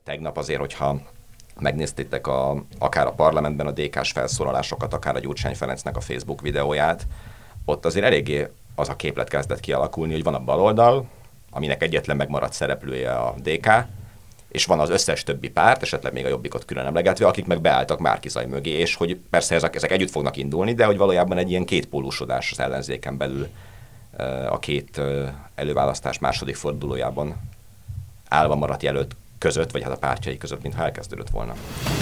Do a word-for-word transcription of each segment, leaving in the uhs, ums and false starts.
Tegnap azért, hogyha megnéztétek a, akár a parlamentben a dé ká-s felszólalásokat, akár a Gyurcsány Ferencnek a Facebook videóját, ott azért eléggé az a képlet kezdett kialakulni, hogy van a baloldal, aminek egyetlen megmaradt szereplője a dé ká, és van az összes többi párt, esetleg még a Jobbikot külön emlegetve, akik meg beálltak Márki-Zay mögé, és hogy persze ezek, ezek együtt fognak indulni, de hogy valójában egy ilyen kétpólusodás az ellenzéken belül a két előválasztás második fordulójában állva maradt jelölt között, vagy hát a pártjai között, mintha elkezdődött volna.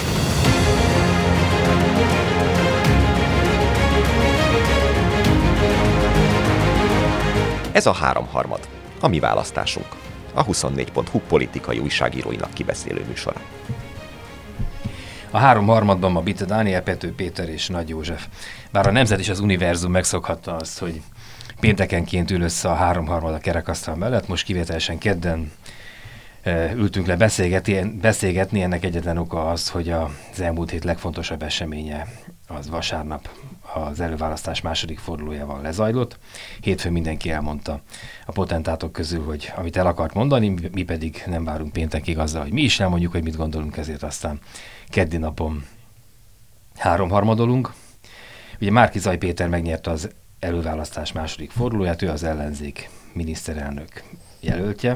Ez a háromharmad, a mi választásunk, a huszonnégy pont hu politikai újságíróinak kibeszélő műsora. A háromharmadban ma Bitte Dániel, Pető Péter és Nagy József. Bár a nemzet és az univerzum megszokhatta azt, hogy péntekenként ül össze a háromharmad a kerekasztal mellett, most kivételesen kedden e, ültünk le beszélgetni, beszélgetni, ennek egyetlen oka az, hogy az elmúlt hét legfontosabb eseménye az vasárnap az előválasztás második fordulójával lezajlott. Hétfőn mindenki elmondta a potentátok közül, hogy amit el akart mondani, mi pedig nem várunk péntekig azzal, hogy mi is elmondjuk, hogy mit gondolunk, ezért aztán keddi napon háromharmadolunk. Ugye Márki-Zay Péter megnyerte az előválasztás második fordulóját, ő az ellenzék miniszterelnök jelöltje.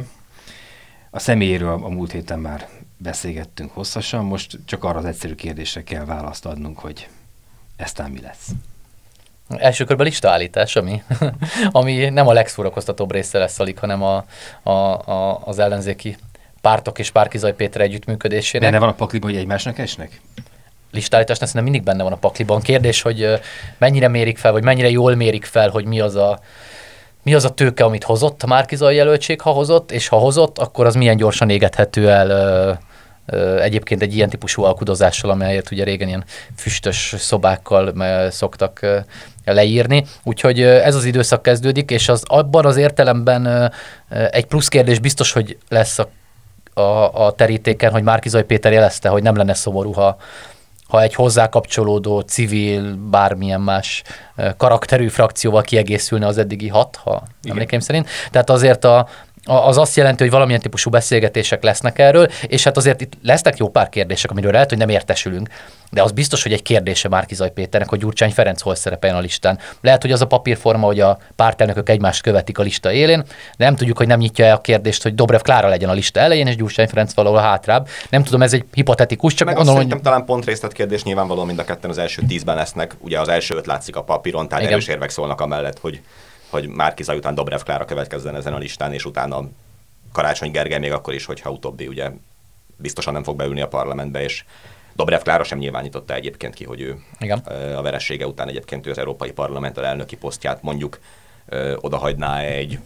A személyéről a múlt héten már beszélgettünk hosszasan, most csak arra az egyszerű kérdésre kell választ adnunk, hogy eztán mi lesz. Első körben listaállítás, ami, ami nem a legszórakoztatóbb része lesz alig, hanem a, a, a, az ellenzéki pártok és Márki-Zay Péter együttműködésének. Benne van a pakliban, hogy egymásnak esnek? Listállításnál szerintem mindig benne van a pakliban. Kérdés, hogy mennyire mérik fel, vagy mennyire jól mérik fel, hogy mi az a, mi az a tőke, amit hozott a Márki-Zay jelöltség, ha hozott, és ha hozott, akkor az milyen gyorsan égethető el ö, ö, egyébként egy ilyen típusú alkudozással, amelyet ugye régen ilyen füstös szobákkal ö, szoktak ö, leírni. Úgyhogy ö, ez az időszak kezdődik, és az abban az értelemben ö, ö, egy plusz kérdés biztos, hogy lesz a, a, a terítéken, hogy Márki-Zay Péter jelezte, hogy nem lenne szomorú, ha ha egy hozzá kapcsolódó civil, bármilyen más karakterű frakcióval kiegészülne az eddigi hat, ha emlékeim szerint. Tehát azért a, a, az azt jelenti, hogy valamilyen típusú beszélgetések lesznek erről, és hát azért itt lesznek jó pár kérdések, amiről lehet, hogy nem értesülünk, de az biztos, hogy egy kérdése Márki-Zay Péternek, hogy Gyurcsány Ferenc hol szerepeljen a listán. Lehet, hogy az a papírforma, hogy a pártelnökök egymást követik a lista élén, de nem tudjuk, hogy nem nyitja el a kérdést, hogy Dobrev Klára legyen a lista elején, és Gyurcsány Ferenc valahol hátrább. Nem tudom, ez egy hipotetikus, csak meg gondolom, azt hogy... talán pont részletkérdés, nyilvánvalóan mind a ketten az első tízben lesznek. Ugye az első öt látszik a papíron, tehát erős érvek szólnak amellett, hogy, hogy Márki-Zay után Dobrev Klára következzen ezen a listán, és utána Karácsony Gergely még akkor is, hogyha utóbbi ugye biztosan nem fog beülni a parlamentbe, és Dobrev Klára sem nyilvánította egyébként ki, hogy ő igen. a veressége után egyébként ő az Európai Parlament elnöki posztját mondjuk ö, odahagyná egy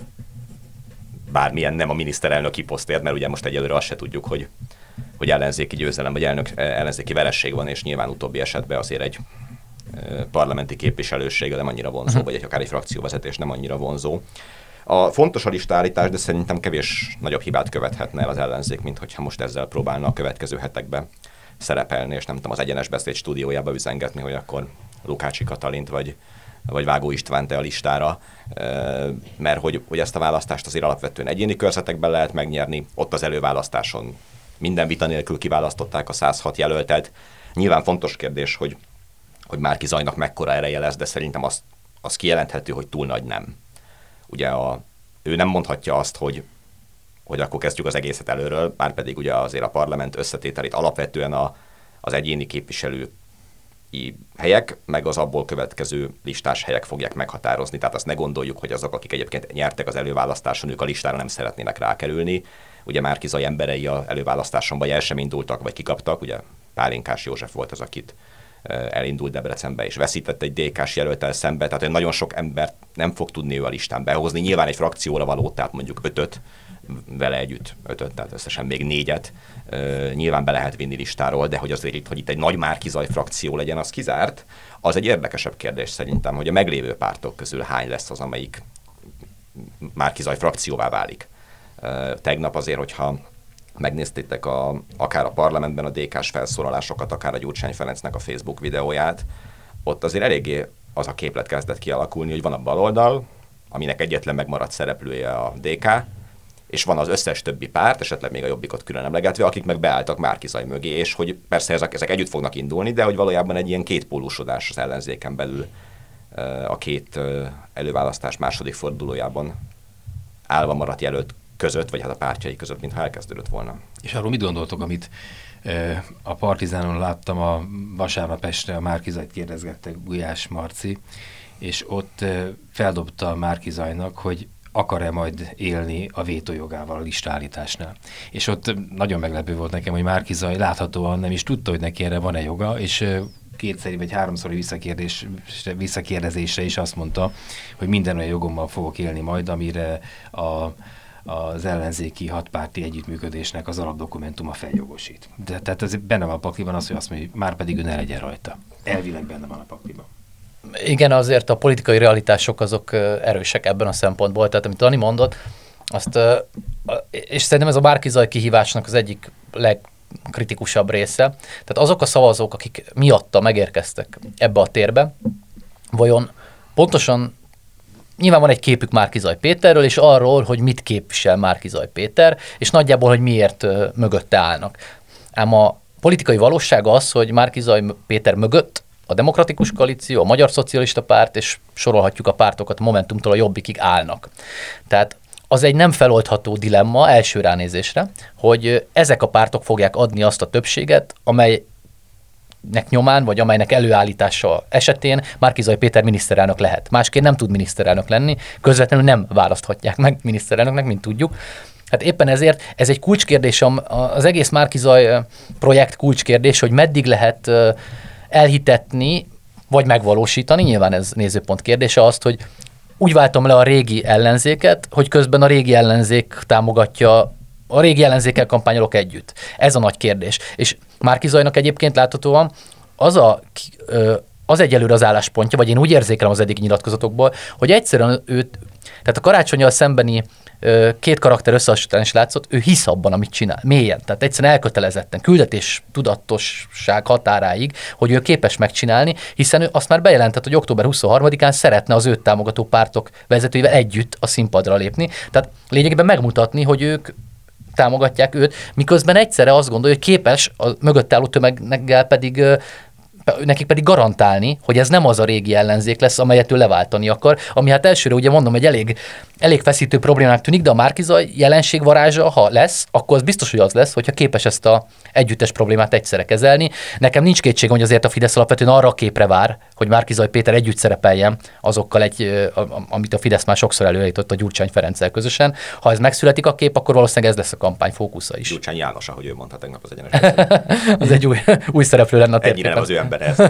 bármilyen nem a miniszterelnöki posztért, mert ugye most egyelőre azt se tudjuk, hogy, hogy ellenzéki győzelem vagy elnök, ellenzéki veresség van, és nyilván utóbbi esetben azért egy ö, parlamenti képviselősége nem annyira vonzó, uh-huh. vagy egy akár egy frakcióvezetés nem annyira vonzó. A fontos a listaállítás, de szerintem kevés nagyobb hibát követhetne el az ellenzék, mint hogyha most ezzel próbálna a következő hetekben szerepelni, és nem tudom, az Egyenes Beszéd stúdiójába üzengetni, hogy akkor Lukácsi Katalint vagy, vagy Vágó Istvánt a listára, mert hogy, hogy ezt a választást azért alapvetően egyéni körzetekben lehet megnyerni, ott az előválasztáson minden vita nélkül kiválasztották a száz hat jelöltet. Nyilván fontos kérdés, hogy, hogy Márki-Zaynak mekkora ereje lesz, de szerintem az, az kijelenthető, hogy túl nagy nem. Ugye a, ő nem mondhatja azt, hogy, hogy akkor kezdjük az egészet előről, már pedig ugye azért a parlament összetételét alapvetően a, az egyéni képviselői helyek, meg az abból következő listás helyek fogják meghatározni. Tehát azt ne gondoljuk, hogy azok, akik egyébként nyertek az előválasztáson, ők a listára nem szeretnének rákerülni. Ugye Márki-Zay emberei az előválasztáson vagy el sem indultak, vagy kikaptak. Ugye Pálinkás József volt az, akit elindult Debrecenbe, és veszített egy dé ká-s jelölttel szembe, tehát nagyon sok embert nem fog tudni ő a listán behozni. Nyilván egy frakcióra való, tehát mondjuk ötöt, vele együtt ötöt, tehát összesen még négyet uh, nyilván be lehet vinni listáról, de hogy azért itt, hogy itt egy nagy Márki-Zay frakció legyen, az kizárt, az egy érdekesebb kérdés szerintem, hogy a meglévő pártok közül hány lesz az, amelyik Márki-Zay frakcióvá válik. Uh, tegnap azért, hogyha megnéztétek a, akár a parlamentben a dé ká-s felszólalásokat, akár a Gyurcsány Ferencnek a Facebook videóját, ott azért eléggé az a képlet kezdett kialakulni, hogy van a baloldal, aminek egyetlen megmaradt szereplője a dé ká, és van az összes többi párt, esetleg még a Jobbikot külön emlegetve, akik meg beálltak Márki-Zay mögé, és hogy persze ezek, ezek együtt fognak indulni, de hogy valójában egy ilyen kétpólusodás az ellenzéken belül a két előválasztás második fordulójában állva maradt jelölt között, vagy hát a pártjai között, mintha elkezdődött volna. És arról mit gondoltok, amit a Partizánon láttam a vasárnap este, a Márki-Zayt kérdezgettek Gulyás Marci, és ott feldobta Márki-Zaynak, hogy akar-e majd élni a vétójogával a listállításnál. És ott nagyon meglepő volt nekem, hogy Márki-Zay láthatóan nem is tudta, hogy neki erre van-e joga, és kétszeri vagy háromszori visszakérdés, visszakérdezésre is azt mondta, hogy minden olyan jogommal fogok élni majd, amire a, az ellenzéki hatpárti együttműködésnek az alapdokumentuma feljogosít. De tehát ez benne van a pakliban az, hogy azt mondja, hogy már pedig ő ne legyen rajta. Elvileg benne van a pakliban. Igen, azért a politikai realitások azok erősek ebben a szempontból. Tehát amit Dani mondott, azt, és szerintem ez a Márki-Zay kihívásnak az egyik legkritikusabb része. Tehát azok a szavazók, akik miatta megérkeztek ebbe a térbe, vajon pontosan nyilván van egy képük Márki-Zay Péterről, és arról, hogy mit képvisel Márki-Zay Péter, és nagyjából, hogy miért mögötte állnak. Ám a politikai valóság az, hogy Márki-Zay Péter mögött a Demokratikus Koalíció, a Magyar Szocialista Párt, és sorolhatjuk a pártokat a Momentumtól a Jobbikig állnak. Tehát az egy nem feloldható dilemma első ránézésre, hogy ezek a pártok fogják adni azt a többséget, amelynek nyomán, vagy amelynek előállítása esetén Márki-Zay Péter miniszterelnök lehet. Másként nem tud miniszterelnök lenni, közvetlenül nem választhatják meg miniszterelnöknek, mint tudjuk. Hát éppen ezért ez egy kulcskérdés, az egész Márki-Zay projekt kulcskérdés, hogy meddig lehet elhitetni, vagy megvalósítani, nyilván ez nézőpont kérdése azt, hogy úgy váltom le a régi ellenzéket, hogy közben a régi ellenzék támogatja, a régi ellenzékkel kampányolok együtt. Ez a nagy kérdés. És Márki-Zaynak egyébként láthatóan az, a, az egyelőre az álláspontja, vagy én úgy érzékelem az eddigi nyilatkozatokból, hogy egyszerűen őt, tehát a Karácsonnyal szembeni két karakter összehasonlítás is látszott, ő hisz abban, amit csinál, mélyen. Tehát egyszerűen elkötelezetten, küldetés tudatosság határáig, hogy ő képes megcsinálni, hiszen ő azt már bejelentett, hogy október huszonharmadikán szeretne az őt támogató pártok vezetőivel együtt a színpadra lépni. Tehát lényegében megmutatni, hogy ők támogatják őt, miközben egyszerre azt gondolja, hogy képes a mögött álló tömeggel pedig nekik pedig garantálni, hogy ez nem az a régi ellenzék lesz, amelyet ő leváltani akar, ami hát elsőre ugye mondom, hogy elég, elég feszítő problémának tűnik, de a Márki-Zay jelenség varázsa, ha lesz, akkor az biztos, hogy az lesz, hogyha képes ezt a együttes problémát egyszerre kezelni. Nekem nincs kétségem, hogy azért a Fidesz alapvetően arra a képre vár, hogy Márki-Zay Péter együtt szerepeljen azokkal, egy, amit a Fidesz már sokszor előállított a Gyurcsány Ferenccel közösen. Ha ez megszületik a kép, akkor valószínűleg ez lesz a kampány fókusza is. Gyurcsány János, ahogy ő mondta tegnap az egyenes. Az egy új, új szereplő lenne a térképen. Ennyire nem az ő ember ez.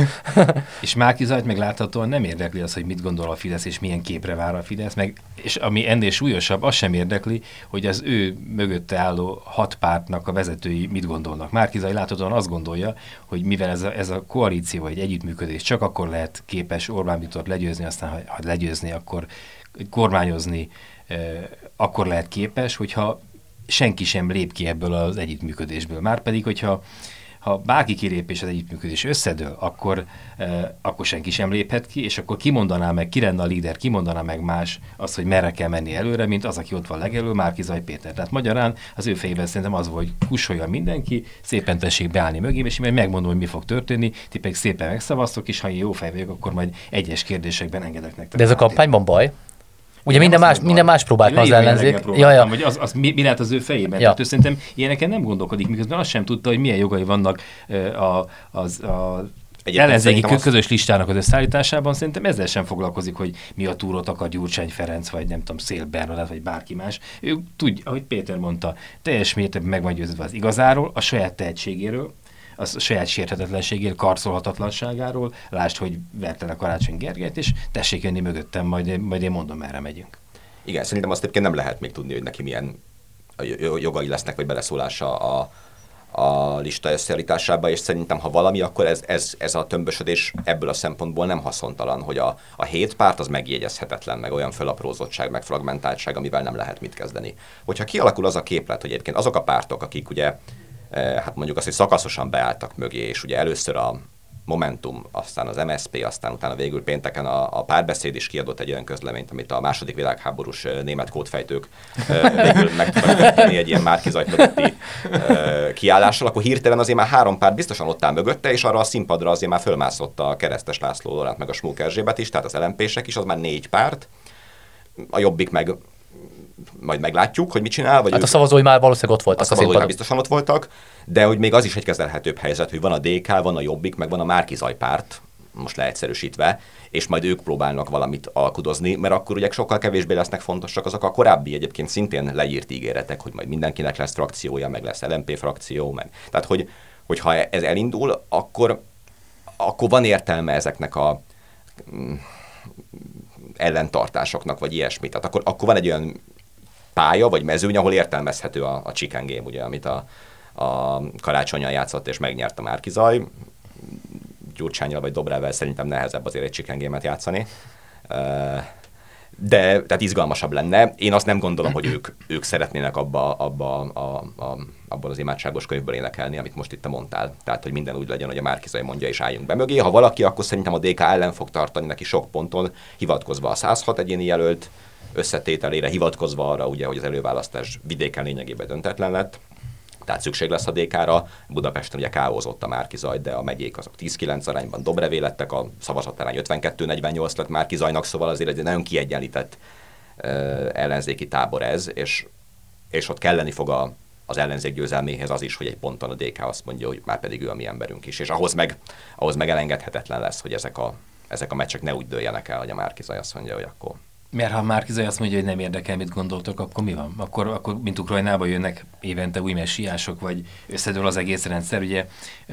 És Márki-Zayt meg láthatóan nem érdekli az, hogy mit gondol a Fidesz, és milyen képre vár a Fidesz, meg, és ami ennél súlyosabb, az sem érdekli, hogy az ő mögötte álló hat pártnak a vezetői mit gondolnak. Márki-Zay láthatóan azt gondolja, hogy mivel ez a, ez a koalíció vagy egy együttműködés csak akkor lehet képes Orbán Viktort legyőzni, aztán ha, ha legyőzni, akkor kormányozni, eh, akkor lehet képes, hogyha senki sem lép ki ebből az együttműködésből. Márpedig, hogyha ha bárki kilép és az együttműködés összedől, akkor, eh, akkor senki sem léphet ki, és akkor kimondaná meg, ki lenne a líder, kimondaná meg más azt, hogy merre kell menni előre, mint az, aki ott van legelő, Márki-Zay Péter. Tehát magyarán az ő fejében szerintem az volt, hogy kussolja mindenki, szépen tessék beállni mögém, és én megmondom, hogy mi fog történni, ti pedig szépen megszavaztok, és ha én jó fej vagyok, akkor majd egyes kérdésekben engedek nektek. De ez a kampányban baj? Ugye minden más, minden más próbált az ellenzék. Ja, ja. Hogy az, az mi, mi lehet az ő fejében. Ja. Tehát ő szerintem ilyeneken nem gondolkodik, miközben azt sem tudta, hogy milyen jogai vannak a, az, a ellenzéki közös listának az összeállításában. Szerintem ezzel sem foglalkozik, hogy mi a túrót akar Gyurcsány Ferenc, vagy nem tudom, Széll Bernadett, vagy bárki más. Ő tudja, ahogy Péter mondta, teljes mértékben meg van győződve az igazáról, a saját tehetségéről, a saját sérthetetlenségéről, karcolhatatlanságáról, lásd, hogy verte a Karácsony Gergelyt, és tessék jönni mögöttem, majd, majd én mondom, merre megyünk. Igen, szerintem azt egyébként nem lehet még tudni, hogy neki milyen jogai lesznek, vagy beleszólása a, a lista összeállításába, és szerintem, ha valami, akkor ez, ez, ez a tömbösödés ebből a szempontból nem haszontalan, hogy a, a hét párt az megjegyezhetetlen, meg olyan felaprózottság, meg fragmentáltság, amivel nem lehet mit kezdeni. Hogyha kialakul az a képlet, hogy egyébként azok a pártok, akik ugye hát mondjuk azt, hogy szakaszosan beálltak mögé, és ugye először a Momentum, aztán az em es zé pé, aztán utána végül pénteken a, a Párbeszéd is kiadott egy olyan közleményt, amit a második világháborús német kódfejtők végül meg tudnak tenni egy ilyen Márki-Zay mögötti kiállással, akkor hirtelen azért már három párt biztosan ott áll mögötte, és arra a színpadra azért már fölmászott a Keresztes László Lorát, meg a Smuk Erzsébet is, tehát az el em pések is, az már négy párt, a Jobbik meg majd meglátjuk, hogy mit csinál. Vagy hát ők, a szavazói már valószínűleg ott voltak. A szavazói már biztosan ott voltak, de hogy még az is egy kezelhetőbb helyzet, hogy van a dé ká, van a Jobbik, meg van a Márki-Zay párt, most leegyszerűsítve, és majd ők próbálnak valamit alkudozni, mert akkor ugye sokkal kevésbé lesznek fontosak azok a korábbi egyébként szintén leírt ígéretek, hogy majd mindenkinek lesz frakciója, meg lesz el em pé frakció, meg. Tehát, hogy, hogyha ez elindul, akkor, akkor van értelme ezeknek a mm, ellentartásoknak, vagy ilyesmit. Tehát akkor, akkor van egy olyan pálya, vagy mezőny, ahol értelmezhető a, a chicken game, ugye, amit a, a Karácsonnyal játszott, és megnyert a Márki-Zay. Gyurcsánnyal vagy Dobrával szerintem nehezebb azért egy chicken game-et játszani. De tehát izgalmasabb lenne. Én azt nem gondolom, hogy ők, ők szeretnének abba, abba, a, a, abban az imádságos könyvből énekelni, amit most itt te mondtál. Tehát, hogy minden úgy legyen, hogy a Márki-Zay mondja, és álljunk be mögé. Ha valaki, akkor szerintem a dé ká ellen fog tartani neki sok ponton, hivatkozva a száz hat egyéni jelölt összetételére, hivatkozva arra, ugye, hogy az előválasztás vidéken lényegében döntetlen lett. Tehát szükség lesz a dé ká-ra. Budapesten ugye káozott a Márki-Zay, de a megyék azok tíz kilenc arányban Dobrevé lettek, a szavazatarány ötvenkettő negyvennyolc lett Márki-Zaynak, szóval azért egy nagyon kiegyenlített uh, ellenzéki tábor ez, és, és ott kelleni fog a, az ellenzék győzelméhez az is, hogy egy ponton a dé ká azt mondja, hogy már pedig ő a mi emberünk is, és ahhoz meg, ahhoz meg elengedhetetlen lesz, hogy ezek a, ezek a meccsek ne úgy dőljenek el, hogy a Márki-Zay azt mondja, hogy akkor... Mert ha Márki-Zay azt mondja, hogy nem érdekel, mit gondoltok, akkor mi van? Akkor, akkor mint Ukrajnába jönnek évente új messiások, vagy összedől az egész rendszer. Ugye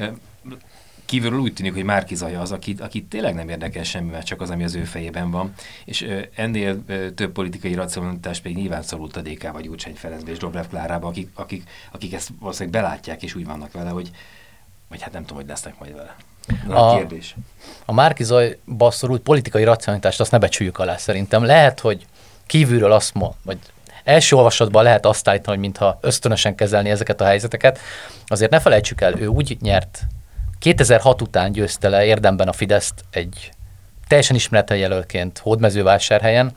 kívülről úgy tűnik, hogy Márki-Zay az, akit, akit tényleg nem érdekel semmivel, csak az, ami az ő fejében van. És ennél több politikai racionalitás pedig nyilván szorult a dé ká vagy Gyurcsány Ferencbe és Dobrev Klárába, akik, akik, akik ezt valószínűleg belátják, és úgy vannak vele, hogy vagy hát nem tudom, hogy lesznek majd vele. A, kérdés. A Márki-Zayba szorult politikai racionalitást azt ne becsüljük alá szerintem. Lehet, hogy kívülről azt mond, vagy első olvasatban lehet azt állítani, hogy mintha ösztönösen kezelni ezeket a helyzeteket. Azért ne felejtsük el, ő úgy nyert, kétezer-hat után győzte le érdemben a Fideszt egy teljesen ismeretlen jelöltként Hódmezővásárhelyen,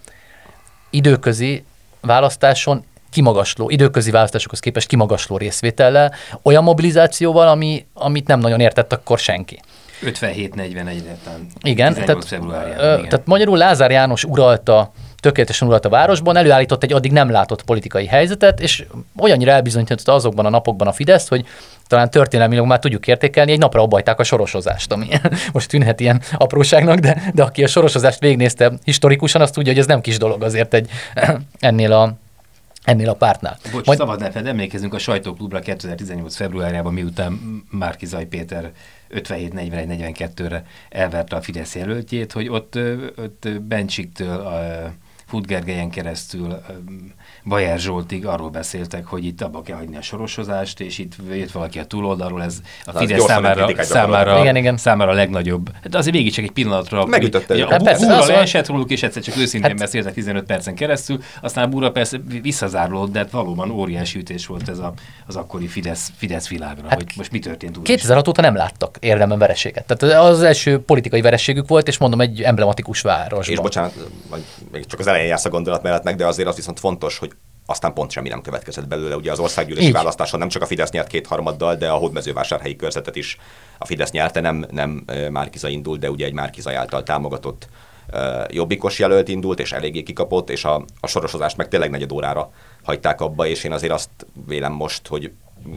időközi választáson kimagasló, időközi választásokhoz képest kimagasló részvétellel, olyan mobilizációval, ami, amit nem nagyon értett akkor senki. ötvenhét negyvenegy letán. Igen, tehát, ö, igen. tehát magyarul Lázár János uralta, tökéletesen uralta a városban, előállított egy addig nem látott politikai helyzetet, és olyannyira elbizonyította azokban a napokban a Fideszt, hogy talán történelmileg már tudjuk értékelni, egy napra abbajták a sorosozást, ami most tűnhet ilyen apróságnak, de, de aki a sorosozást végignézte historikusan, azt tudja, hogy ez nem kis dolog azért egy ennél a ennél a pártnál. Bocs, Majd... szabad ne emlékezzünk a sajtóklubra kétezer-tizennyolc februárjában, miután Márki-Zay Péter ötvenhét negyvenegy negyvenkettőre elverte a Fidesz jelöltjét, hogy ott, ott Bencsiktől a Fut-Gergelyen keresztül Bajer Zsoltig arról beszéltek, hogy itt abba kell hagyni a sorosozást, és itt jött valaki a túloldalról, ez a az Fidesz számára, számára, igen, igen. számára a legnagyobb. Hát azért végig csak egy pillanatra, megütötte. A, a búra leesett róluk, és egyszer csak őszintén hát, beszéltek tizenöt percen keresztül, aztán a búra persze visszazárlódott, de hát valóban óriási ütés volt ez a, az akkori Fidesz, Fidesz világra, hát, hogy most mi történt. kétezer-hat óta nem láttak érdemben vereséget. Tehát az első politikai vereségük volt, és mondom, egy emblematikus városban. És bocsánat, még csak az elején jársz a gondolat mellett meg, de azért az viszont fontos, hogy aztán pont semmi nem következett belőle. Ugye az országgyűlési Így. választáson nem csak a Fidesz nyert kétharmaddal, de a Hódmezővásárhelyi körzetet is a Fidesz nyerte, nem, nem Márki-Zay indult, de ugye egy Márki-Zay által támogatott uh, jobbikos jelölt indult, és eléggé kikapott, és a, a sorosozást meg tényleg negyed órára hagyták abba, és én azért azt vélem most, hogy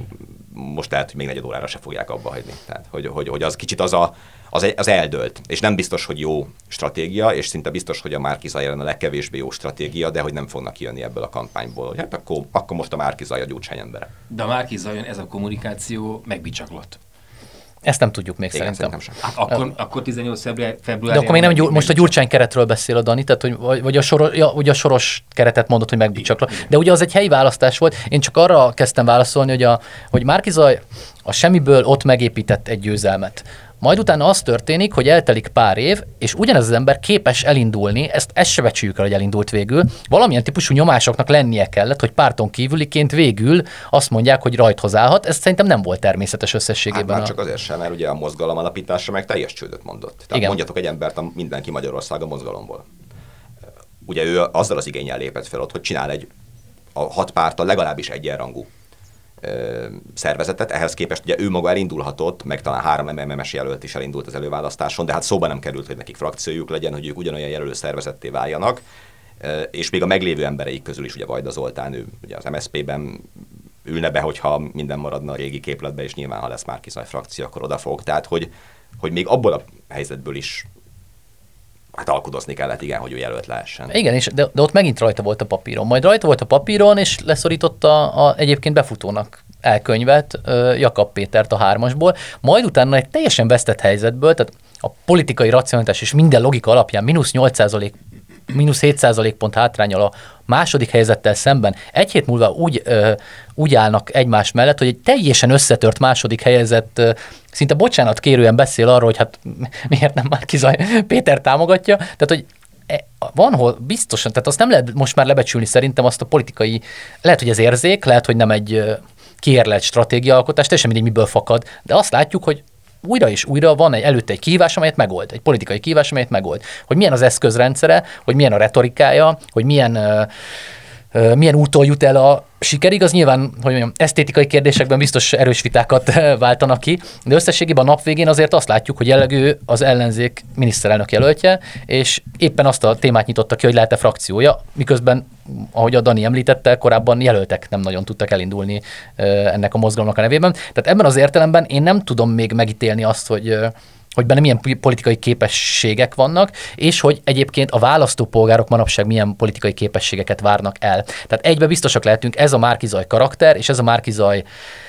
most lehet, hogy még negyed órára se fogják abba hagyni. Tehát, hogy, hogy, hogy az kicsit az, a, az, az eldőlt, és nem biztos, hogy jó stratégia, és szinte biztos, hogy a Márki-Zay a legkevésbé jó stratégia, de hogy nem fognak kijönni ebből a kampányból. Hát akkor, akkor most a Márki-Zay a Gyurcsány embere. De a Márki-Zayon ez a kommunikáció megbicsaklott. Ezt nem tudjuk még Igen, szerintem. szerintem hát akkor, akkor tizennyolc február. De akkor még nem, gyur, most a Gyurcsány keretről beszél a Dani, tehát hogy, vagy, a soros, ja, ugye a soros keretet mondott, hogy megbicsaklott. De ugye az egy helyi választás volt. Én csak arra kezdtem válaszolni, hogy, a, hogy Márki-Zay a semmiből ott megépített egy győzelmet. majd utána az történik, hogy eltelik pár év, és ugyanez az ember képes elindulni, ezt, ezt se becsüljük el, hogy elindult végül, valamilyen típusú nyomásoknak lennie kellett, hogy párton kívüliként végül azt mondják, hogy rajthoz állhat. Ez szerintem nem volt természetes összességében. Hát már a... csak azért sem, mert ugye a mozgalom alapítása meg teljes csődöt mondott. Tehát Igen. mondjatok egy embert, a mindenki Magyarország a mozgalomból. Ugye ő azzal az igénnyel lépett fel ott, hogy csinál egy a hat párttal legalábbis egyenrangú ö, szervezetet, ehhez képest ugye ő maga elindulhatott, meg talán három em em es jelölt is elindult az előválasztáson, de hát szóba nem került, hogy nekik frakciójuk legyen, hogy ők ugyanolyan jelölő szervezetté váljanak, ö, és még a meglévő embereik közül is, ugye Vajda Zoltán, ő ugye az em es zé pé-ben ülne be, hogyha minden maradna a régi képletbe, és nyilván, ha lesz Márki-Zay frakció, akkor oda fog. Tehát, hogy, hogy még abból a helyzetből is hát alkudozni kellett, igen, hogy ő jelölt lehessen. Igen, és de, de ott megint rajta volt a papíron. Majd rajta volt a papíron, és leszorította a egyébként befutónak elkönyvet uh, Jakab Pétert a hármasból. Majd utána egy teljesen vesztett helyzetből, tehát a politikai racionalitás és minden logika alapján mínusz nyolc százalék, mínusz hét százalékpont hátránnyal a második helyzettel szemben egy hét múlva úgy, ö, úgy állnak egymás mellett, hogy egy teljesen összetört második helyzet ö, szinte bocsánat kérően beszél arról, hogy hát miért nem Márki-Zay Péter támogatja. Tehát, hogy van hol biztosan, tehát azt nem lehet most már lebecsülni szerintem azt a politikai, lehet, hogy ez érzék, lehet, hogy nem egy ö, kiérlelt stratégiaalkotás, teljesen mindegy, miből fakad, de azt látjuk, hogy újra és újra van egy, előtte egy kihívás, amelyet megold, egy politikai kihívás, amelyet megold. Hogy milyen az eszközrendszere, hogy milyen a retorikája, hogy milyen, uh, uh, milyen úton jut el a sikerig, az nyilván, hogy mondjam, esztétikai kérdésekben biztos erős vitákat váltanak ki, de összességében a nap végén azért azt látjuk, hogy jelenleg ő az ellenzék miniszterelnök jelöltje, és éppen azt a témát nyitotta ki, hogy lehet-e frakciója, miközben, ahogy a Dani említette, korábban jelöltek nem nagyon tudtak elindulni ennek a mozgalomnak a nevében. Tehát ebben az értelemben én nem tudom még megítélni azt, hogy hogy benne milyen politikai képességek vannak, és hogy egyébként a választópolgárok manapság milyen politikai képességeket várnak el. Tehát egybe biztosak lehetünk, ez a Márki-Zay karakter, és ez a Márki-Zay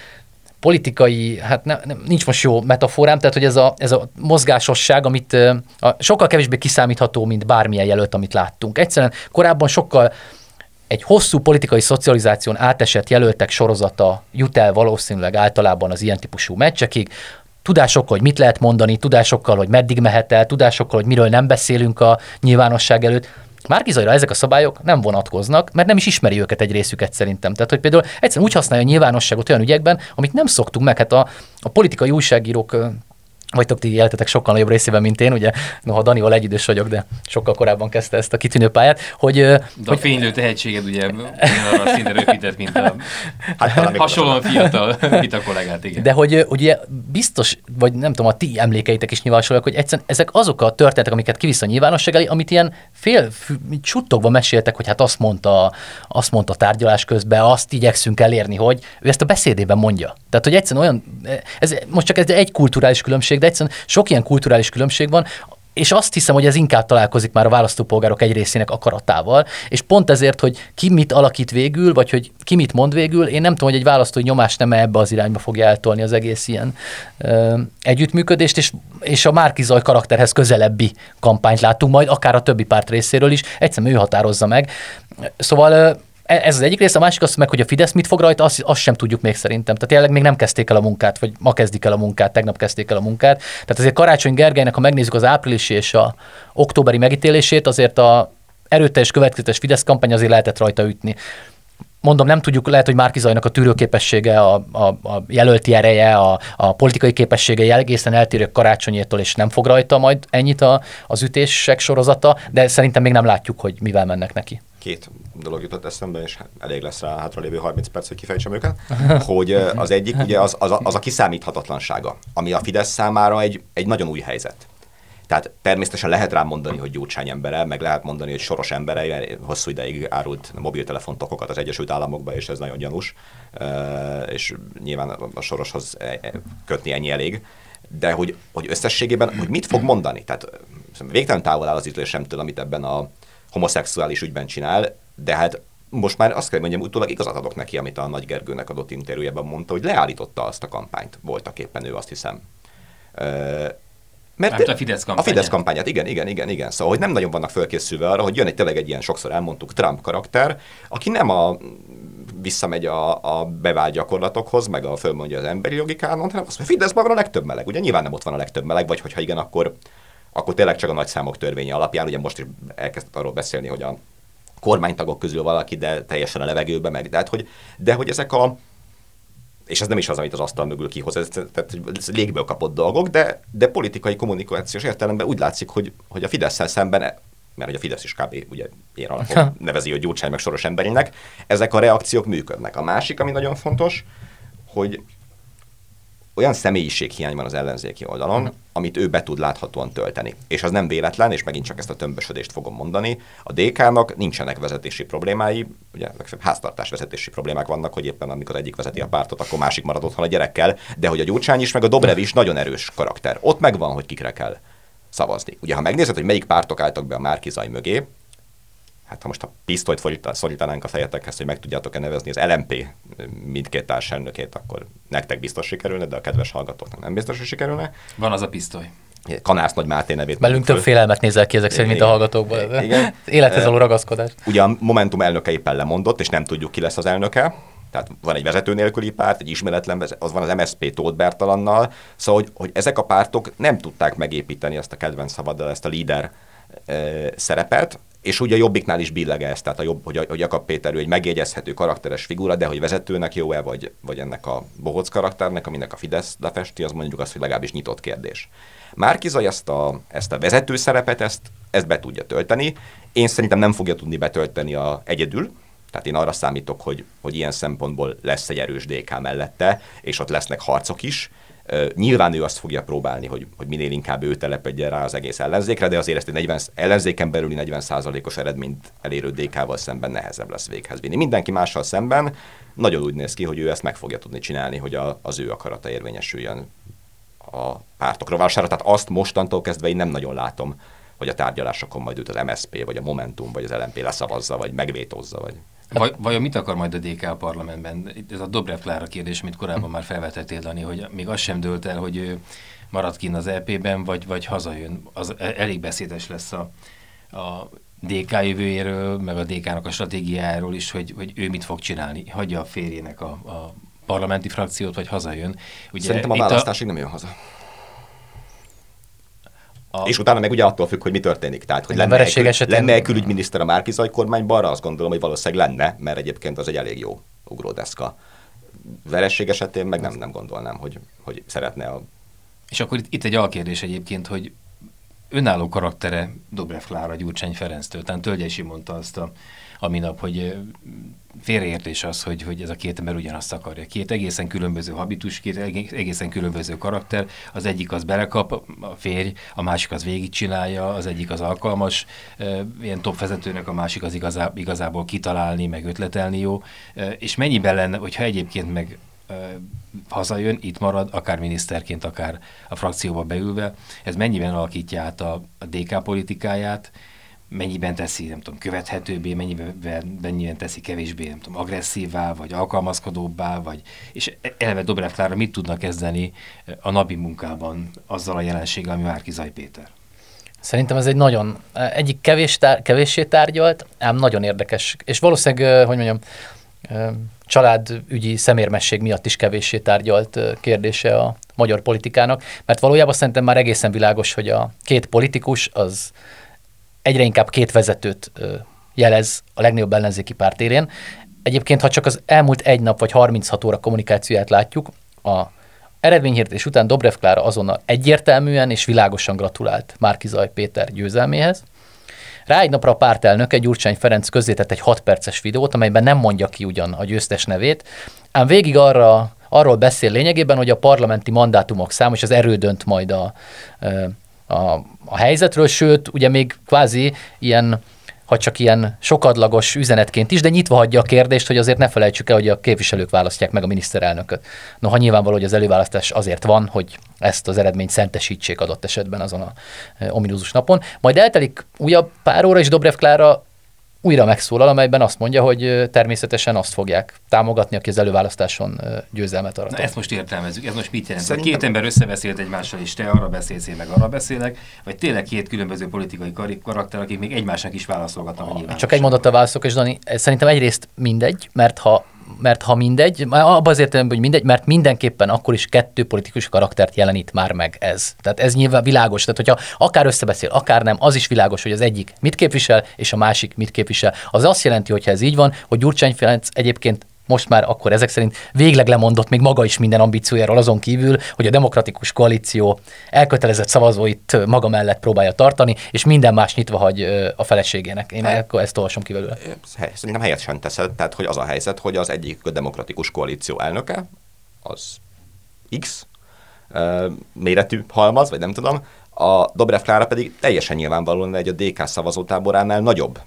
politikai, hát ne, nem, nincs most jó metaforám, tehát hogy ez a, ez a mozgásosság, amit a, sokkal kevésbé kiszámítható, mint bármilyen jelölt, amit láttunk. Egyszerűen korábban sokkal egy hosszú politikai szocializáción átesett jelöltek sorozata jut el valószínűleg általában az ilyen típusú meccsekig, tudásokkal, hogy mit lehet mondani, tudásokkal, hogy meddig mehet el, tudásokkal, hogy miről nem beszélünk a nyilvánosság előtt. Márki-Zayra ezek a szabályok nem vonatkoznak, mert nem is ismeri őket egy részüket szerintem. Tehát, hogy például egyszerűen úgy használja a nyilvánosságot olyan ügyekben, amit nem szoktunk meg. Hát a, a politikai újságírók, vagytok ti éltetek sokkal nagyobb részében, mint én, ugye, noha Danival egyidős vagyok, de sokkal korábban kezdte ezt a kitűnő pályát, hogy... De hogy... a fénylő tehetséged ugye arra szinte röpített, mint a hát, hasonlóan fiatal vita kollégát, igen. De hogy ugye biztos, vagy nem tudom, a ti emlékeitek is nyilvánosulnak, hogy egyszerűen ezek azok a történetek, amiket kivisz a nyilvánosság elé, amit ilyen fél csuttogva meséltek, hogy hát azt mondta, azt mondta tárgyalás közben, azt igyekszünk elérni, hogy ő ezt a beszédében mondja. Tehát, hogy egyszerűen olyan, ez most csak ez egy kulturális különbség, de egyszerűen sok ilyen kulturális különbség van, és azt hiszem, hogy ez inkább találkozik már a választópolgárok egy részének akaratával, és pont ezért, hogy ki mit alakít végül, vagy hogy ki mit mond végül, én nem tudom, hogy egy választói nyomás nem ebbe az irányba fogja eltolni az egész ilyen ö, együttműködést, és, és a Márki-Zay karakterhez közelebbi kampányt látunk majd, akár a többi párt részéről is, egyszerűen ő határozza meg. Szóval ö, ez az egyik rész, a másik az meg, hogy a Fidesz mit fog rajta, azt, azt sem tudjuk még szerintem. Tehát jelenleg még nem kezdték el a munkát, vagy ma kezdik el a munkát, tegnap kezdték el a munkát. Tehát azért Karácsony Gergelynek, ha megnézzük az áprilisi és a októberi megítélését, azért a erőteljes következetes Fidesz kampány azért lehetett rajta ütni. Mondom, nem tudjuk, lehet, hogy Márki-Zaynak a tűrőképessége, a, a, a jelölti ereje, a, a politikai képessége egészen eltérő Karácsonyétól, és nem fog rajta majd ennyit a, az ütések sorozata, de szerintem még nem látjuk, hogy mivel mennek neki. Két dolog jutott eszembe, és elég lesz rá a hátralévő harminc perc, hogy kifejtsem őket, hogy az egyik ugye az, az, a, az a kiszámíthatatlansága, ami a Fidesz számára egy, egy nagyon új helyzet. Tehát természetesen lehet rám mondani, hogy Gyurcsány embere, meg lehet mondani, hogy Soros embere, hosszú ideig árult mobiltelefontokokat az Egyesült Államokba, és ez nagyon gyanús, és nyilván a Soroshoz kötni ennyi elég. De hogy, hogy összességében, hogy mit fog mondani? Tehát végtelen távol áll az ízlésemtől, amit ebben a homoszexuális ügyben csinál, de hát most már azt kell mondjam, utólag igazat adok neki, amit a Nagy Gergőnek adott interjújában mondta, hogy leállította azt a kampányt. Voltak éppen ő, azt hiszem. Mert a Fidesz kampányát. A Fidesz kampányát, igen, igen, igen, igen. Szóval, hogy nem nagyon vannak fölkészülve arra, hogy jön egy tényleg egy ilyen sokszor elmondtuk Trump karakter, aki nem a visszamegy a, a bevált gyakorlatokhoz, meg a fölmondja az emberi jogi kánont, hanem azt mondja, Fideszben van a legtöbb meleg. Ugye nyilván nem ott van a legtöbb meleg, vagy hogyha igen, akkor, akkor tényleg csak a nagyszámok törvénye alapján. Ugye most is elkezdett arról beszélni, hogy a kormánytagok közül valaki, de teljesen a levegőbe meg. De, hát, hogy, de hogy ezek a... És ez nem is az, amit az asztal mögül kihoz, ez, tehát, ez légből kapott dolgok, de, de politikai kommunikációs értelemben úgy látszik, hogy, hogy a Fidesszel szemben, mert hogy a Fidesz is kb. Ugye ilyen alapon nevezi, hogy Gyurcsány meg Soros emberének, ezek a reakciók működnek. A másik, ami nagyon fontos, hogy olyan személyiséghiány van az ellenzéki oldalon, uh-huh. amit ő be tud láthatóan tölteni. És az nem véletlen, és megint csak ezt a tömbösödést fogom mondani. A dé ká-nak nincsenek vezetési problémái, ugye háztartás vezetési problémák vannak, hogy éppen amikor egyik vezeti a pártot, akkor másik marad otthon a gyerekkel, de hogy a Gyurcsány is, meg a Dobrev is nagyon erős karakter. Ott megvan, hogy kikre kell szavazni. Ugye, ha megnézed, hogy melyik pártok álltak be a Márki-Zay mögé, hát ha most a pisztolyt szorítanánk a fejetekhez, hogy meg tudjátok-e nevezni az el em pé mindkét társelnökét, akkor nektek biztos sikerülne, de a kedves hallgatóknak nem biztos, hogy sikerülne. Van az a pisztoly. Kanász Nagy Máté nevét. Belünk több félelmet nézel ki ezek szerint, mint a hallgatókból. Igen. Élethez való ragaszkodás. Ugye a Momentum elnöke éppen lemondott, és nem tudjuk, ki lesz az elnöke. Tehát van egy vezető nélküli párt, egy ismeretlen, az van az em es zé pé Tóth Bertalannal. Szóval, hogy, hogy ezek a pártok nem tudták megépíteni ezt a kedvenc szavaddal, ezt a líder e, szerepet, és ugye a Jobbiknál is billege ez, tehát a jobb, hogy, a, hogy Jakab Péter ő egy megjegyezhető karakteres figura, de hogy vezetőnek jó-e, vagy, vagy ennek a bohóc karakternek, aminek a Fidesz lefesti, az mondjuk azt, hogy legalábbis nyitott kérdés. Márki-Zay ezt a, ezt a vezető szerepet, ezt, ezt be tudja tölteni. Én szerintem nem fogja tudni betölteni a egyedül, tehát én arra számítok, hogy, hogy ilyen szempontból lesz egy erős dé ká mellette, és ott lesznek harcok is. Uh, nyilván ő azt fogja próbálni, hogy, hogy minél inkább ő telepedjen rá az egész ellenzékre, de azért ezt egy negyven, ellenzéken belüli negyven százalékos eredményt elérő dé ká-val szemben nehezebb lesz véghez vinni. Mindenki mással szemben nagyon úgy néz ki, hogy ő ezt meg fogja tudni csinálni, hogy a, az ő akarata érvényesüljön a pártok rovására. Tehát azt mostantól kezdve én nem nagyon látom, hogy a tárgyalásokon majd őt az em es zé pé, vagy a Momentum, vagy az el em pé leszavazza, vagy megvétózza, vagy... Vaj, vajon mit akar majd a dé ká a parlamentben? Ez a Dobrev Klára kérdés, amit korábban már felvetettél, Dani, hogy még az sem dőlt el, hogy ő marad kint az é pében, vagy, vagy hazajön. Az elég beszédes lesz a, a dé ká jövőjéről, meg a dé ká-nak a stratégiájáról is, hogy, hogy ő mit fog csinálni. Hagyja a férjének a, a parlamenti frakciót, vagy hazajön. Ugye, Szerintem a választásig a... nem jön haza. A... És utána meg ugye attól függ, hogy mi történik. Tehát, hogy lenne, kül, esetén... lenne külügyminiszter a Márki-Zay kormányban, arra azt gondolom, hogy valószínűleg lenne, mert egyébként az egy elég jó ugródeszka. Veresség esetén meg nem, nem gondolnám, hogy, hogy szeretne a... És akkor itt, itt egy alkérdés egyébként, hogy önálló karaktere Dobrev Klára Gyurcsány Ferenctől. Tehát Tölgyei is mondta azt a, a minap, hogy félreértés az, hogy, hogy ez a két ember ugyanazt akarja. Két egészen különböző habitus, két egészen különböző karakter. Az egyik az belekap, a férj, a másik az végigcsinálja, az egyik az alkalmas, ilyen top vezetőnek, a másik az igazá, igazából kitalálni, meg ötletelni jó. És mennyiben lenne, hogyha egyébként meg hazajön, itt marad, akár miniszterként, akár a frakcióba beülve, ez mennyiben alakítja át a, a dé ká politikáját, mennyiben teszi, nem tudom, követhetőbbé, mennyiben, mennyiben teszi kevésbé, nem tudom, agresszívvá, vagy alkalmazkodóbbá, vagy, és eleve Dobrev Klára mit tudnak kezdeni a napi munkában azzal a jelenséggel, ami Márki-Zay Péter? Szerintem ez egy nagyon, egyik kevés tár, kevéssé tárgyalt, ám nagyon érdekes, és valószínűleg, hogy mondjam, családügyi szemérmesség miatt is kevéssé tárgyalt kérdése a magyar politikának, mert valójában szerintem már egészen világos, hogy a két politikus az egyre inkább két vezetőt jelez a legnagyobb ellenzéki párt élén. Egyébként, ha csak az elmúlt egy nap vagy harminchat óra kommunikációját látjuk, a eredményhirdetés után Dobrev Klára azonnal egyértelműen és világosan gratulált Márki-Zay Péter győzelméhez. Rá egy napra a pártelnöke, Gyurcsány Ferenc közzétett egy hat perces videót, amelyben nem mondja ki ugyan a győztes nevét, ám végig arra, arról beszél lényegében, hogy a parlamenti mandátumok száma és az erő dönt majd a, a, a helyzetről, sőt, ugye még kvázi ilyen, ha csak ilyen sokadlagos üzenetként is, de nyitva hagyja a kérdést, hogy azért ne felejtsük el, hogy a képviselők választják meg a miniszterelnököt. Noha nyilvánvaló, hogy az előválasztás azért van, hogy ezt az eredményt szentesítsék adott esetben azon a ominózus napon. Majd eltelik újabb pár óra, és Dobrev Klára újra megszólal, amelyben azt mondja, hogy természetesen azt fogják támogatni, aki az előválasztáson győzelmet aratott. Na, ezt most értelmezzük. Ez most mit jelent? Szerintem... Két ember összebeszélt egymással, és te arra beszélsz, én meg arra beszélek, vagy tényleg két különböző politikai karakter, akik még egymásnak is válaszolgatnak a nyilvánosságban? Csak egy mondattal válaszolok, és Dani, szerintem egyrészt mindegy, mert ha mert ha mindegy, abban az értelemben, hogy mindegy, mert mindenképpen akkor is kettő politikus karaktert jelenít már meg ez. Tehát ez nyilván világos. Tehát hogyha akár összebeszél, akár nem, az is világos, hogy az egyik mit képvisel, és a másik mit képvisel. Az azt jelenti, hogyha ez így van, hogy Gyurcsány Ferenc egyébként most már akkor ezek szerint végleg lemondott még maga is minden ambíciójáról azon kívül, hogy a demokratikus koalíció elkötelezett szavazóit maga mellett próbálja tartani, és minden más nyitva hagy a feleségének. Én hát, ezt olvasom ki belőle. Szerintem helyesen teszed, tehát hogy az a helyzet, hogy az egyik a demokratikus koalíció elnöke, az X méretű halmaz, vagy nem tudom, a Dobrev Klára pedig teljesen nyilvánvalóan egy a dé ká szavazótáboránál nagyobb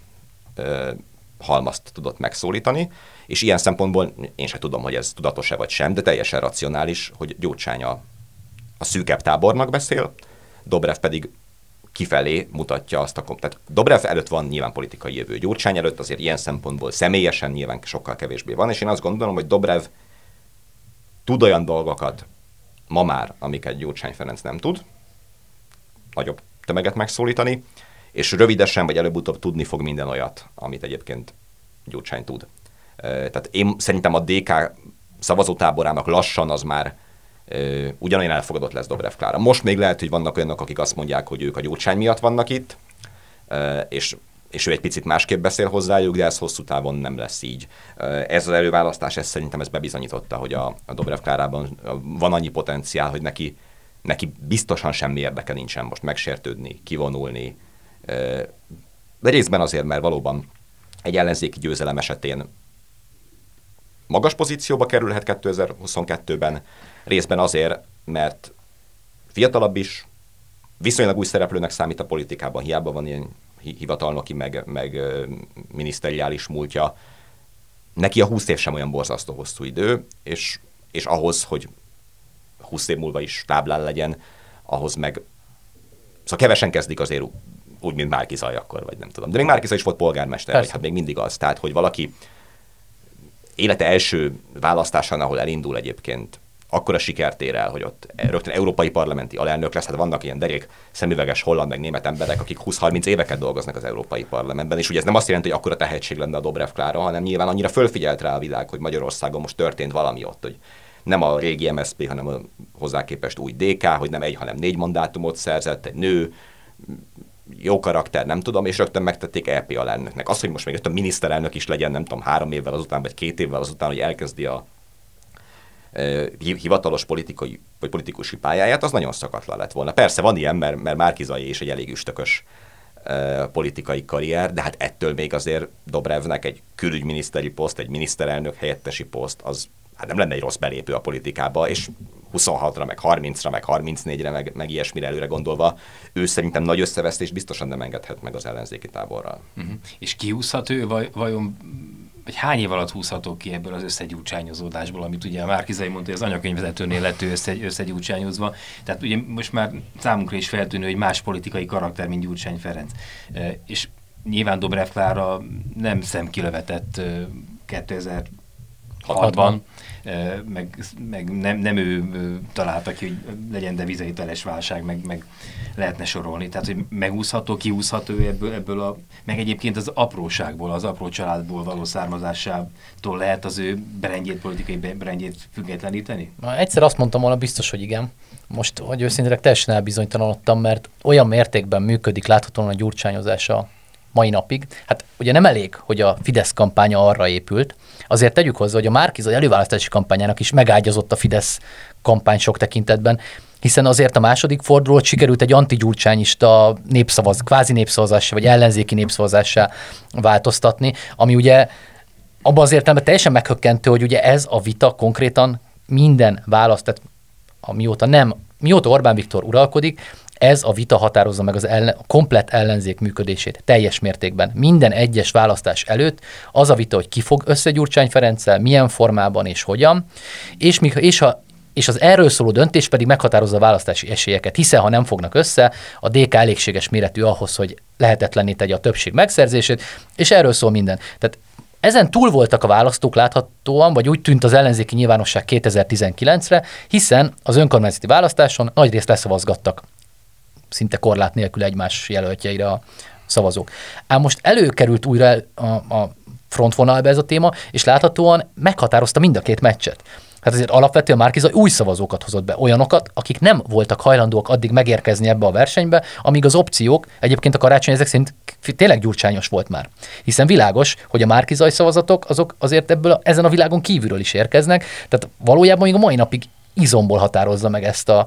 halmazt tudott megszólítani, és ilyen szempontból én sem tudom, hogy ez tudatos-e vagy sem, de teljesen racionális, hogy Gyurcsány a, a szűkebb tábornak beszél, Dobrev pedig kifelé mutatja azt a... Tehát Dobrev előtt van nyilván politikai jövő, Gyurcsány előtt azért ilyen szempontból személyesen nyilván sokkal kevésbé van, és én azt gondolom, hogy Dobrev tud olyan dolgokat ma már, amiket Gyurcsány Ferenc nem tud, nagyobb tömeget megszólítani, és rövidesen vagy előbb-utóbb tudni fog minden olyat, amit egyébként Gyurcsány tud. Tehát én szerintem a dé ká szavazótáborának lassan az már ugyanolyan elfogadott lesz Dobrev Klára. Most még lehet, hogy vannak olyanok, akik azt mondják, hogy ők a Gyurcsány miatt vannak itt, és, és ő egy picit másképp beszél hozzájuk, de ez hosszú távon nem lesz így. Ez az előválasztás, ez szerintem ez bebizonyította, hogy a, a Dobrev Klárában van annyi potenciál, hogy neki, neki biztosan semmi érdeke nincsen most megsértődni, kivonulni, de részben azért, mert valóban egy ellenzéki győzelem esetén magas pozícióba kerülhet kétezer-huszonkettőben, részben azért, mert fiatalabb is, viszonylag új szereplőnek számít a politikában, hiába van ilyen hivatalnoki, meg, meg miniszteriális múltja. Neki a húsz év sem olyan borzasztó hosszú idő, és, és ahhoz, hogy húsz év múlva is táblán legyen, ahhoz meg... Szóval kevesen kezdik azért úgy, mint Márki-Zay akkor, vagy nem tudom. De még Márki-Zay is volt polgármester, vagy hát még mindig az. Tehát, hogy valaki élete első választásán, ahol elindul egyébként, akkora sikert ér el, hogy ott rögtön európai parlamenti alelnök lesz, hát vannak ilyen derék szemüveges holland meg német emberek, akik húsz-harminc éveket dolgoznak az európai parlamentben, és ugye ez nem azt jelenti, hogy akkora tehetség lenne a Dobrev Klára, hanem nyilván annyira fölfigyelt rá a világ, hogy Magyarországon most történt valami ott, hogy nem a régi em es zé pé, hanem a hozzá képest új dé ká, hogy nem egy, hanem négy mandátumot szerzett, egy nő, jó karakter, nem tudom, és rögtön megtették é pé alelnöknek. Az, hogy most még a miniszterelnök is legyen, nem tudom, három évvel azután, vagy két évvel azután, hogy elkezdi a e, hivatalos politikai, vagy politikusi pályáját, az nagyon szakatlan lett volna. Persze van ilyen, mert, mert Márki-Zay is egy elég üstökös e, politikai karrier, de hát ettől még azért Dobrevnek egy külügyminiszteri poszt, egy miniszterelnök helyettesi poszt, az hát nem lenne egy rossz belépő a politikába, és huszonhatra, meg harmincra, meg harmincnégyre, meg, meg ilyesmire előre gondolva, ő szerintem nagy összevesztés biztosan nem engedhet meg az ellenzéki táborral. Uh-huh. És kihúzható ő, vaj, vajon, vagy hány év alatt húzható ki ebből az összegyurcsányozódásból, amit ugye a Márki-Zay mondta, hogy az anyakönyvvezetőnél lett ő össze, összegyurcsányozva. Tehát ugye most már számunkra is feltűnő, hogy más politikai karakter, mint Gyurcsány Ferenc. E, és nyilván Dobrev Klára nem szemkilövetett kétezer-hatban, meg, meg nem, nem ő találta ki, hogy legyen devizahiteles válság, meg, meg lehetne sorolni. Tehát, hogy megúszható, kiúszható ebből, ebből a, meg egyébként az apróságból, az apró családból való származásától lehet az ő brendjét, politikai brendjét függetleníteni? Na, egyszer azt mondtam volna biztos, hogy igen. Most, hogy őszintén teljesen elbizonytalanodtam, mert olyan mértékben működik láthatóan a gyurcsányozása mai napig. Hát ugye nem elég, hogy a Fidesz kampánya arra épült, azért tegyük hozzá, hogy a Márki-Zay előválasztási kampányának is megágyazott a Fidesz kampány sok tekintetben, hiszen azért a második fordulót sikerült egy antigyurcsányista népszavaz, kvázi népszavazássá, vagy ellenzéki népszavazássá változtatni, ami ugye abban az értelemben teljesen meghökkentő, hogy ugye ez a vita konkrétan minden választ, tehát amióta nem, mióta Orbán Viktor uralkodik, ez a vita határozza meg az ellen, a komplett ellenzék működését teljes mértékben. Minden egyes választás előtt az a vita, hogy ki fog össze Gyurcsány Ferenccel, milyen formában és hogyan, és, mi, és, ha, és az erről szóló döntés pedig meghatározza a választási esélyeket, hiszen ha nem fognak össze, a dé ká elégséges méretű ahhoz, hogy lehetetlenné tegye a többség megszerzését, és erről szól minden. Tehát ezen túl voltak a választók láthatóan, vagy úgy tűnt az ellenzéki nyilvánosság kétezer-tizenkilencre, hiszen az önkormányzati választáson nagyrészt leszavazgattak szinte korlát nélkül egymás jelöltjeire a szavazók. Ám most előkerült újra a, a frontvonalba ez a téma, és láthatóan meghatározta mind a két meccset. Hát azért alapvetően Márki-Zay új szavazókat hozott be, olyanokat, akik nem voltak hajlandóak addig megérkezni ebbe a versenybe, amíg az opciók, egyébként a Karácsony ezek szerint tényleg gyurcsányos volt már. Hiszen világos, hogy a Márki-Zay szavazatok azok azért ebből a, ezen a világon kívülről is érkeznek, tehát valójában még a mai napig izomból határozza meg ezt a,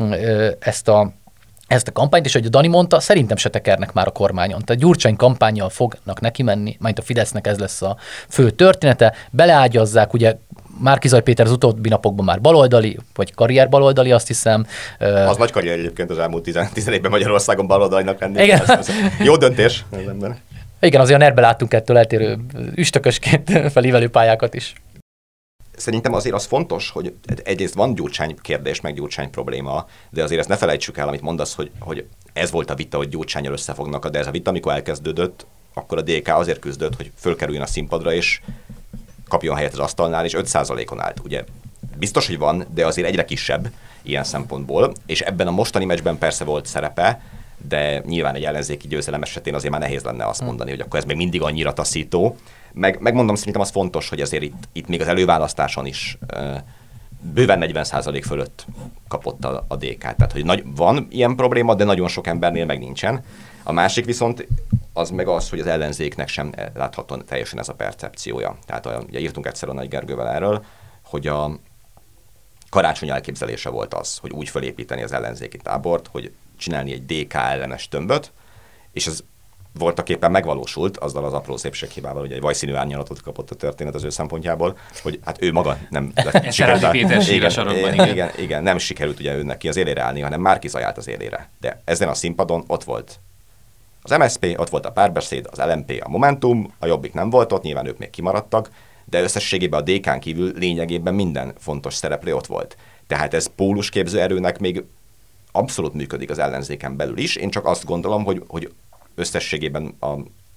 ezt a ezt a kampányt, és hogy a Dani mondta, szerintem se tekernek már a kormányon. Tehát Gyurcsány kampánnyal fognak neki menni, majd a Fidesznek ez lesz a fő története, beleágyazzák, ugye Márki-Zay Péter az utóbbi napokban már baloldali, vagy karrier baloldali, azt hiszem. Az nagy karrier egyébként az elmúlt tizenegy évben Magyarországon baloldalinak lenni. Igen. Ez, ez jó döntés. Igen, azért a nerbe láttunk ettől eltérő üstökösként felívelő pályákat is. Szerintem azért az fontos, hogy egyrészt van Gyurcsány kérdés, meg Gyurcsány probléma, de azért ezt ne felejtsük el, amit mondasz, hogy, hogy ez volt a vita, hogy Gyurcsánnyal összefognak, de ez a vita, amikor elkezdődött, akkor a dé ká azért küzdött, hogy fölkerüljön a színpadra, és kapjon helyet az asztalnál, és öt százalékon állt. Ugye biztos, hogy van, de azért egyre kisebb ilyen szempontból, és ebben a mostani meccsben persze volt szerepe, de nyilván egy ellenzéki győzelem esetén azért már nehéz lenne azt mondani, hogy akkor ez még mindig annyira taszító. Meg, megmondom, szerintem az fontos, hogy azért itt, itt még az előválasztáson is uh, bőven negyven százalék fölött kapott a, a dé ká. Tehát, hogy nagy, van ilyen probléma, de nagyon sok embernél meg nincsen. A másik viszont az meg az, hogy az ellenzéknek sem láthatóan teljesen ez a percepciója. Tehát a, ugye írtunk egyszer a Nagy Gergővel erről, hogy a Karácsony elképzelése volt az, hogy úgy felépíteni az ellenzéki tábort, hogy csinálni egy dé ká ellenes tömböt, és ez voltaképpen megvalósult azzal az apró szépséghibával, hogy egy vajszínű árnyalatot kapott a történet az ő szempontjából, hogy hát ő maga nem lett sikerült. Péter sír a sarokban, igen. Igen, igen, nem sikerült ugye önnek ki az élére állni, hanem Márki-Zay állt az élére. De ezen a színpadon ott volt az em es zé pé, ott volt a Párbeszéd, az el em pé, a Momentum, a Jobbik nem volt ott, nyilván ők még kimaradtak, de összességében a dé kán kívül lényegében minden fontos szereplő ott volt. Tehát ez pólusképző erőnek még abszolút működik az ellenzéken belül is. Én csak azt gondolom, hogy, hogy összességében a,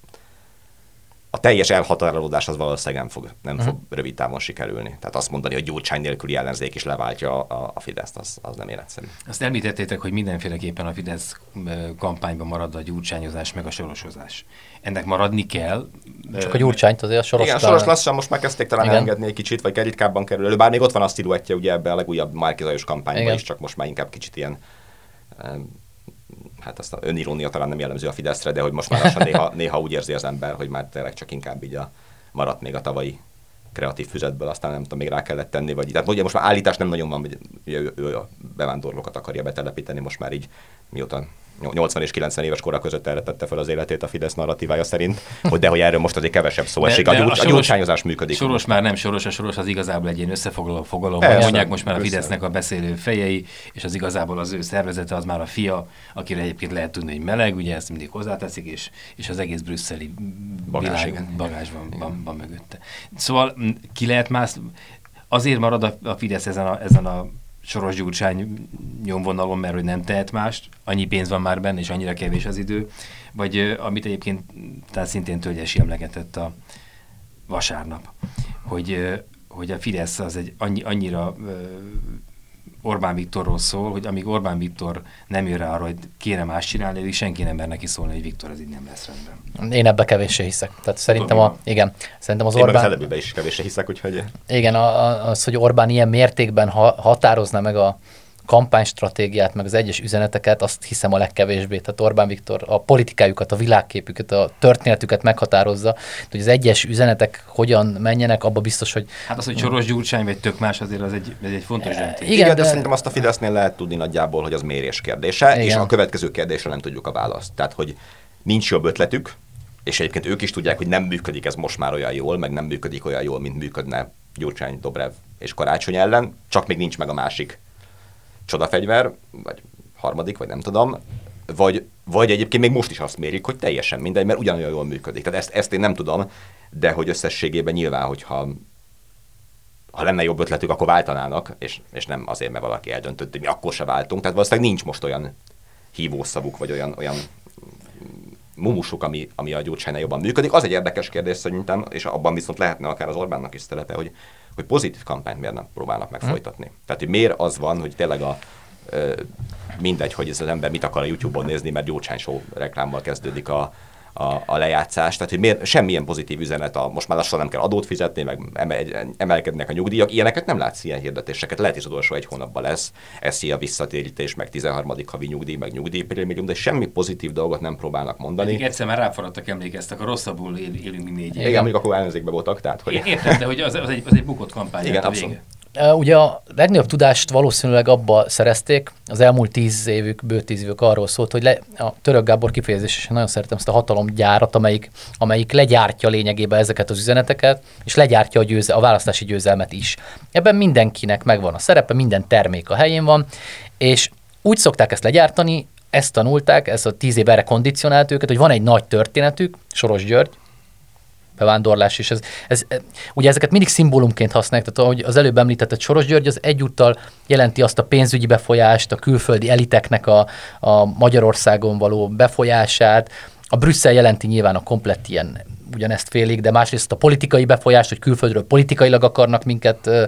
a teljes elhatárolódás az valószínűleg nem fog, nem uh-huh. fog rövid távon sikerülni. Tehát azt mondani, hogy Gyurcsány nélküli ellenzék is leváltja a, a Fideszt, az, az nem életszerű. Azt említettétek, hogy mindenféleképpen a Fidesz kampányban marad a gyurcsányozás meg a sorosozás. Ennek maradni kell. Csak a Gyurcsányt azért a soros. Igen, soros lassan most már kezdték talán igen. elengedni egy kicsit, vagy ritkábban kerül elő, bár még ott van a sziluettje ugye ebbe a legújabb Márki-Zayos kampányban igen. is, csak most már inkább kicsit ilyen hát azt önirónia talán nem jellemző a Fideszre, de hogy most már lassan néha, néha úgy érzi az ember, hogy már tényleg csak inkább így a, maradt még a tavalyi kreatív füzetből, aztán nem tudom, még rá kellett tenni, vagy tehát ugye most már állítás nem nagyon van, hogy ő, ő a bevándorlókat akarja betelepíteni, most már így mióta nyolcvan és kilencven éves kora között erre tette fel az életét a Fidesz narratívája szerint, hogy de hogy erről most azért kevesebb szó esik. A, a gyurcsányozás működik. Soros már nem soros, a soros az igazából egy ilyen összefoglaló fogalom. Mondják most már a Fidesznek a beszélő fejei, és az igazából az ő szervezete az már a fia, akire egyébként lehet tudni, hogy meleg, ugye ezt mindig hozzáteszik, és, és az egész brüsszeli bagás, világ, bagás van, van, van mögötte. Szóval ki lehet más, azért marad a, a Fidesz ezen a, ezen a Soros Gyurcsány nyomvonalon, mert hogy nem tehet mást, annyi pénz van már benne, és annyira kevés az idő, vagy uh, amit egyébként tehát szintén Tölgyesi emlegetett a vasárnap, hogy, uh, hogy a Fidesz az egy annyi, annyira uh, Orbán Viktorról szól, hogy amíg Orbán Viktor nem jön rá arra, hogy kéne más csinálni, addig senki nem mer neki szólni, hogy Viktor az így nem lesz rendben. Én ebbe kevéssé hiszek. Tehát szerintem, a, igen, szerintem az Én Orbán... Én az előbbiben is kevéssé hiszek, úgyhogy... Igen, az, hogy Orbán ilyen mértékben ha, határozna meg a kampánystratégiát, meg az egyes üzeneteket, azt hiszem a legkevésbé. Tehát Orbán Viktor a politikájukat, a világképüket, a történetüket meghatározza, hogy az egyes üzenetek hogyan menjenek, abba biztos, hogy... Hát az, hogy Soros Gyurcsány vagy tök más, azért az egy, ez egy fontos döntés. Igen, Igen, de, de szerintem azt a Fidesznél lehet tudni nagyjából, hogy az mérés kérdése, igen. és a következő kérdésre nem tudjuk a választ. Tehát, hogy nincs jobb ötletük, és egyébként ők is tudják, hogy nem működik ez most már olyan jól, meg nem működik olyan jól, mint működne Gyurcsány, Dobrev és Karácsony ellen, csak még nincs meg a másik csodafegyver, vagy harmadik, vagy nem tudom, vagy, vagy egyébként még most is azt mérik, hogy teljesen mindegy, mert ugyanolyan jól működik. Tehát ezt, ezt én nem tudom, de hogy összességében nyilván, hogyha ha lenne jobb ötletük, akkor váltanának, és, és nem azért, mert valaki eldöntött, hogy mi akkor se váltunk. Tehát valószínűleg nincs most olyan hívószavuk, vagy olyan, olyan mumusuk, ami, ami a Gyurcsánynál jobban működik. Az egy érdekes kérdés szerintem, és abban viszont lehetne akár az Orbánnak is szerepe, hogy hogy pozitív kampányt miért nem próbálnak meg folytatni. Hmm. Tehát, hogy miért az van, hogy tényleg a, ö, mindegy, hogy ez az ember mit akar a YouTube-on nézni, mert Gyurcsány show reklámmal kezdődik a, a, a lejátszást, tehát hogy miért, semmilyen pozitív üzenet, a, most már lassan nem kell adót fizetni, meg emelkednek a nyugdíjak, ilyeneket nem látsz, ilyen hirdetéseket, lehet is az utolsó egy hónapban lesz, eszi a visszatérítés, meg tizenharmadik havi nyugdíj, meg nyugdíjprémium, de semmi pozitív dolgot nem próbálnak mondani. Eddig egyszer már ráfaradtak, emlékeztek, a rosszabbul él, élünk négy év. Igen, mondjuk akkor ellenzékbe voltak, tehát hogy... Értem, de hogy az, az, egy, az egy bukott kampány. Igen, abszolút. Ugye a legnagyobb tudást valószínűleg abba szerezték, az elmúlt tíz évük, bő tíz évük arról szólt, hogy le, a Török Gábor kifejezés, és nagyon szeretem ezt a hatalomgyárat, amelyik, amelyik legyártja lényegében ezeket az üzeneteket, és legyártja a, győze, a választási győzelmet is. Ebben mindenkinek megvan a szerepe, minden termék a helyén van, és úgy szokták ezt legyártani, ezt tanulták, ez a tíz év erre kondicionált őket, hogy van egy nagy történetük, Soros György, bevándorlás, és ez, ez, ugye ezeket mindig szimbólumként használják, tehát ahogy az előbb említetted, Soros György az egyúttal jelenti azt a pénzügyi befolyást, a külföldi eliteknek a, a Magyarországon való befolyását, a Brüsszel jelenti nyilván a komplett ilyen, ugyanezt félig, de másrészt a politikai befolyást, hogy külföldről politikailag akarnak minket ö,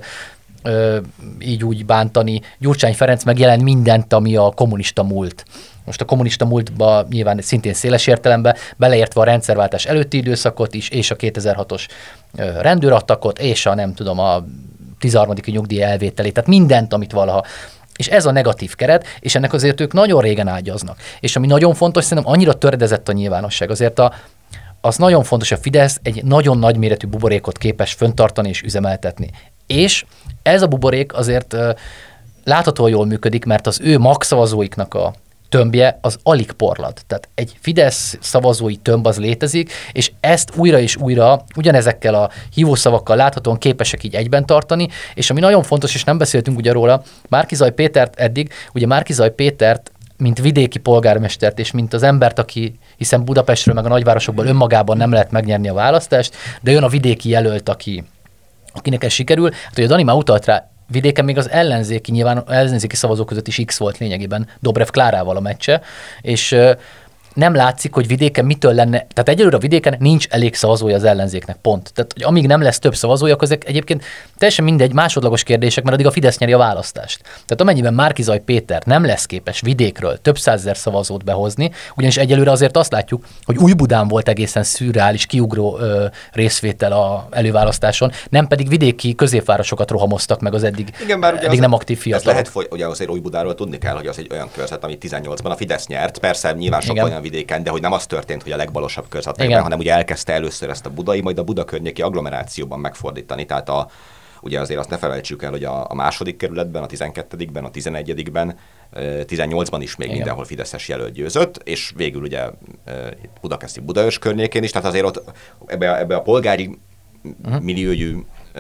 ö, így úgy bántani. Gyurcsány Ferenc megjelent mindent, ami a kommunista múlt. Most a kommunista múltba nyilván szintén széles értelemben, beleértve a rendszerváltás előtti időszakot is, és a kétezer-hatos rendőrattakot, és a nem tudom, a tizenharmadik nyugdíj elvételét, tehát mindent, amit valaha. És ez a negatív keret, és ennek azért ők nagyon régen ágyaznak. És ami nagyon fontos, szerintem annyira töredezett a nyilvánosság, azért a, az nagyon fontos, a Fidesz egy nagyon nagyméretű buborékot képes föntartani és üzemeltetni. És ez a buborék azért uh, láthatóan jól működik, mert az ő magszavazóiknak a tömbje az alig porlad. Tehát egy Fidesz szavazói tömb az létezik, és ezt újra és újra ugyanezekkel a hívószavakkal láthatóan képesek így egyben tartani, és ami nagyon fontos, és nem beszéltünk ugye róla, Márki-Zay Pétert eddig, ugye Márki-Zay Pétert, mint vidéki polgármestert, és mint az embert, aki, hiszen Budapestről meg a nagyvárosokból önmagában nem lehet megnyerni a választást, de jön a vidéki jelölt, aki, akinek ez sikerül. Hát ugye Dani már utalt rá, vidéken még az ellenzéki, nyilván ellenzéki szavazók között is X volt lényegében Dobrev Klárával a meccse, és ö, nem látszik, hogy vidéken mitől lenne, tehát egyelőre a vidéken nincs elég szavazója az ellenzéknek, pont. Tehát, hogy amíg nem lesz több szavazója, akkor ezek egyébként teljesen mindegy, másodlagos kérdések, mert addig a Fidesz nyeri a választást. Tehát amennyiben Márki-Zay Péter nem lesz képes vidékről több százezer szavazót behozni, ugyanis egyelőre azért azt látjuk, hogy Újbudán volt egészen szürreális, kiugró ö, részvétel a előválasztáson, nem pedig vidéki középvárosokat rohamoztak meg az eddig, igen, bár eddig nem aktív fiatalok. Lehet, hogy ugye azért Újbudáról tudni kell, hogy az egy olyan körzet, ami tizennyolcban a Fidesz nyert. Persze nyilván sok olyan vidéken, de hogy nem az történt, hogy a legbalosabb körzetekben, hanem ugye elkezdte először ezt a budai, majd a Buda környéki agglomerációban megfordítani. Tehát a, ugye azért azt ne felejtsük el, hogy a, a második kerületben, a tizenkettedikben, a tizenegyedikben, tizennyolcban is még igen, mindenhol fideszes jelölt győzött, és végül ugye budapesti Budaörs környékén is, tehát azért ott ebbe a, ebbe a polgári uh-huh. milliójú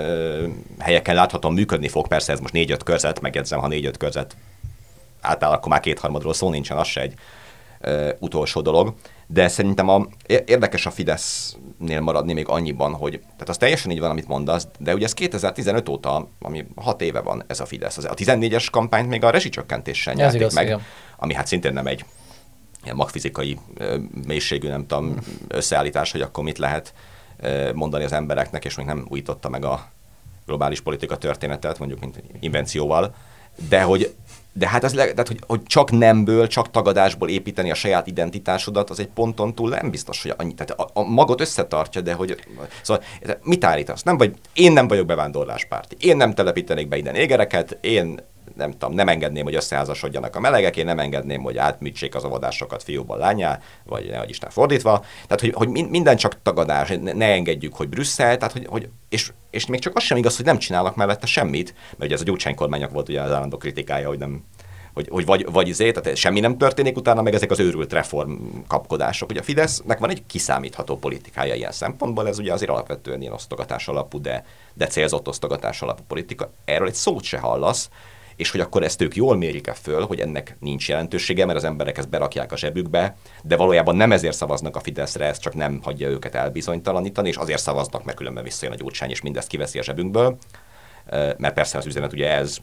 helyeken láthatóan működni fog, persze ez most négy-öt körzet, megjegyzem, ha négy-öt körzet átáll, akkor már kétharmadról szó nincsen, az se egy Uh, utolsó dolog, de szerintem a, érdekes a Fidesznél maradni még annyiban, hogy tehát az teljesen így van, amit mondasz, de ugye ez kétezer-tizenöt óta, ami hat éve van ez a Fidesz. A tizennégyes kampányt még a rezsicsökkentéssel nyerték igaz, meg, igen. Ami hát szintén nem egy ilyen magfizikai uh, mélységű, nem tudom, összeállítás, hogy akkor mit lehet uh, mondani az embereknek, és még nem újította meg a globális politika történetet, mondjuk mint invencióval, de hogy De hát az, tehát, hogy, hogy csak nemből, csak tagadásból építeni a saját identitásodat, az egy ponton túl nem biztos, hogy annyi. Tehát a, a magot összetartja, de hogy... Szóval mit állítasz? Nem vagy, én nem vagyok bevándorláspárti. Én nem telepítenék be ide négereket, én nem tudom, nem engedném, hogy összeházasodjanak a melegek, én nem engedném, hogy átműtsék az avadásokat fiúból lányá, vagy nehogy Isten fordítva. Tehát, hogy, hogy minden csak tagadás, ne, ne engedjük, hogy Brüsszel, tehát, hogy, hogy és, és még csak az sem igaz, hogy nem csinálnak mellette semmit, mert ugye ez a Gyurcsány kormánynak volt ugye az állandó kritikája, hogy nem, hogy, hogy vagy, vagy izé, tehát semmi nem történik utána, meg ezek az őrült reform kapkodások. Ugye a Fidesznek van egy kiszámítható politikája ilyen szempontból, ez ugye azért alapvetően ilyen osztogatás alapú, de, de célzott osztogatás alapú politika. Erről egy szót se hallasz, és hogy akkor ezt ők jól mérik-e föl, hogy ennek nincs jelentősége, mert az emberek ezt berakják a zsebükbe, de valójában nem ezért szavaznak a Fideszre, ez csak nem hagyja őket elbizonytalanítani, és azért szavaznak, mert különben visszajön a Gyurcsány, és mindezt kiveszi a zsebünkből, mert persze az üzenet ugye ez,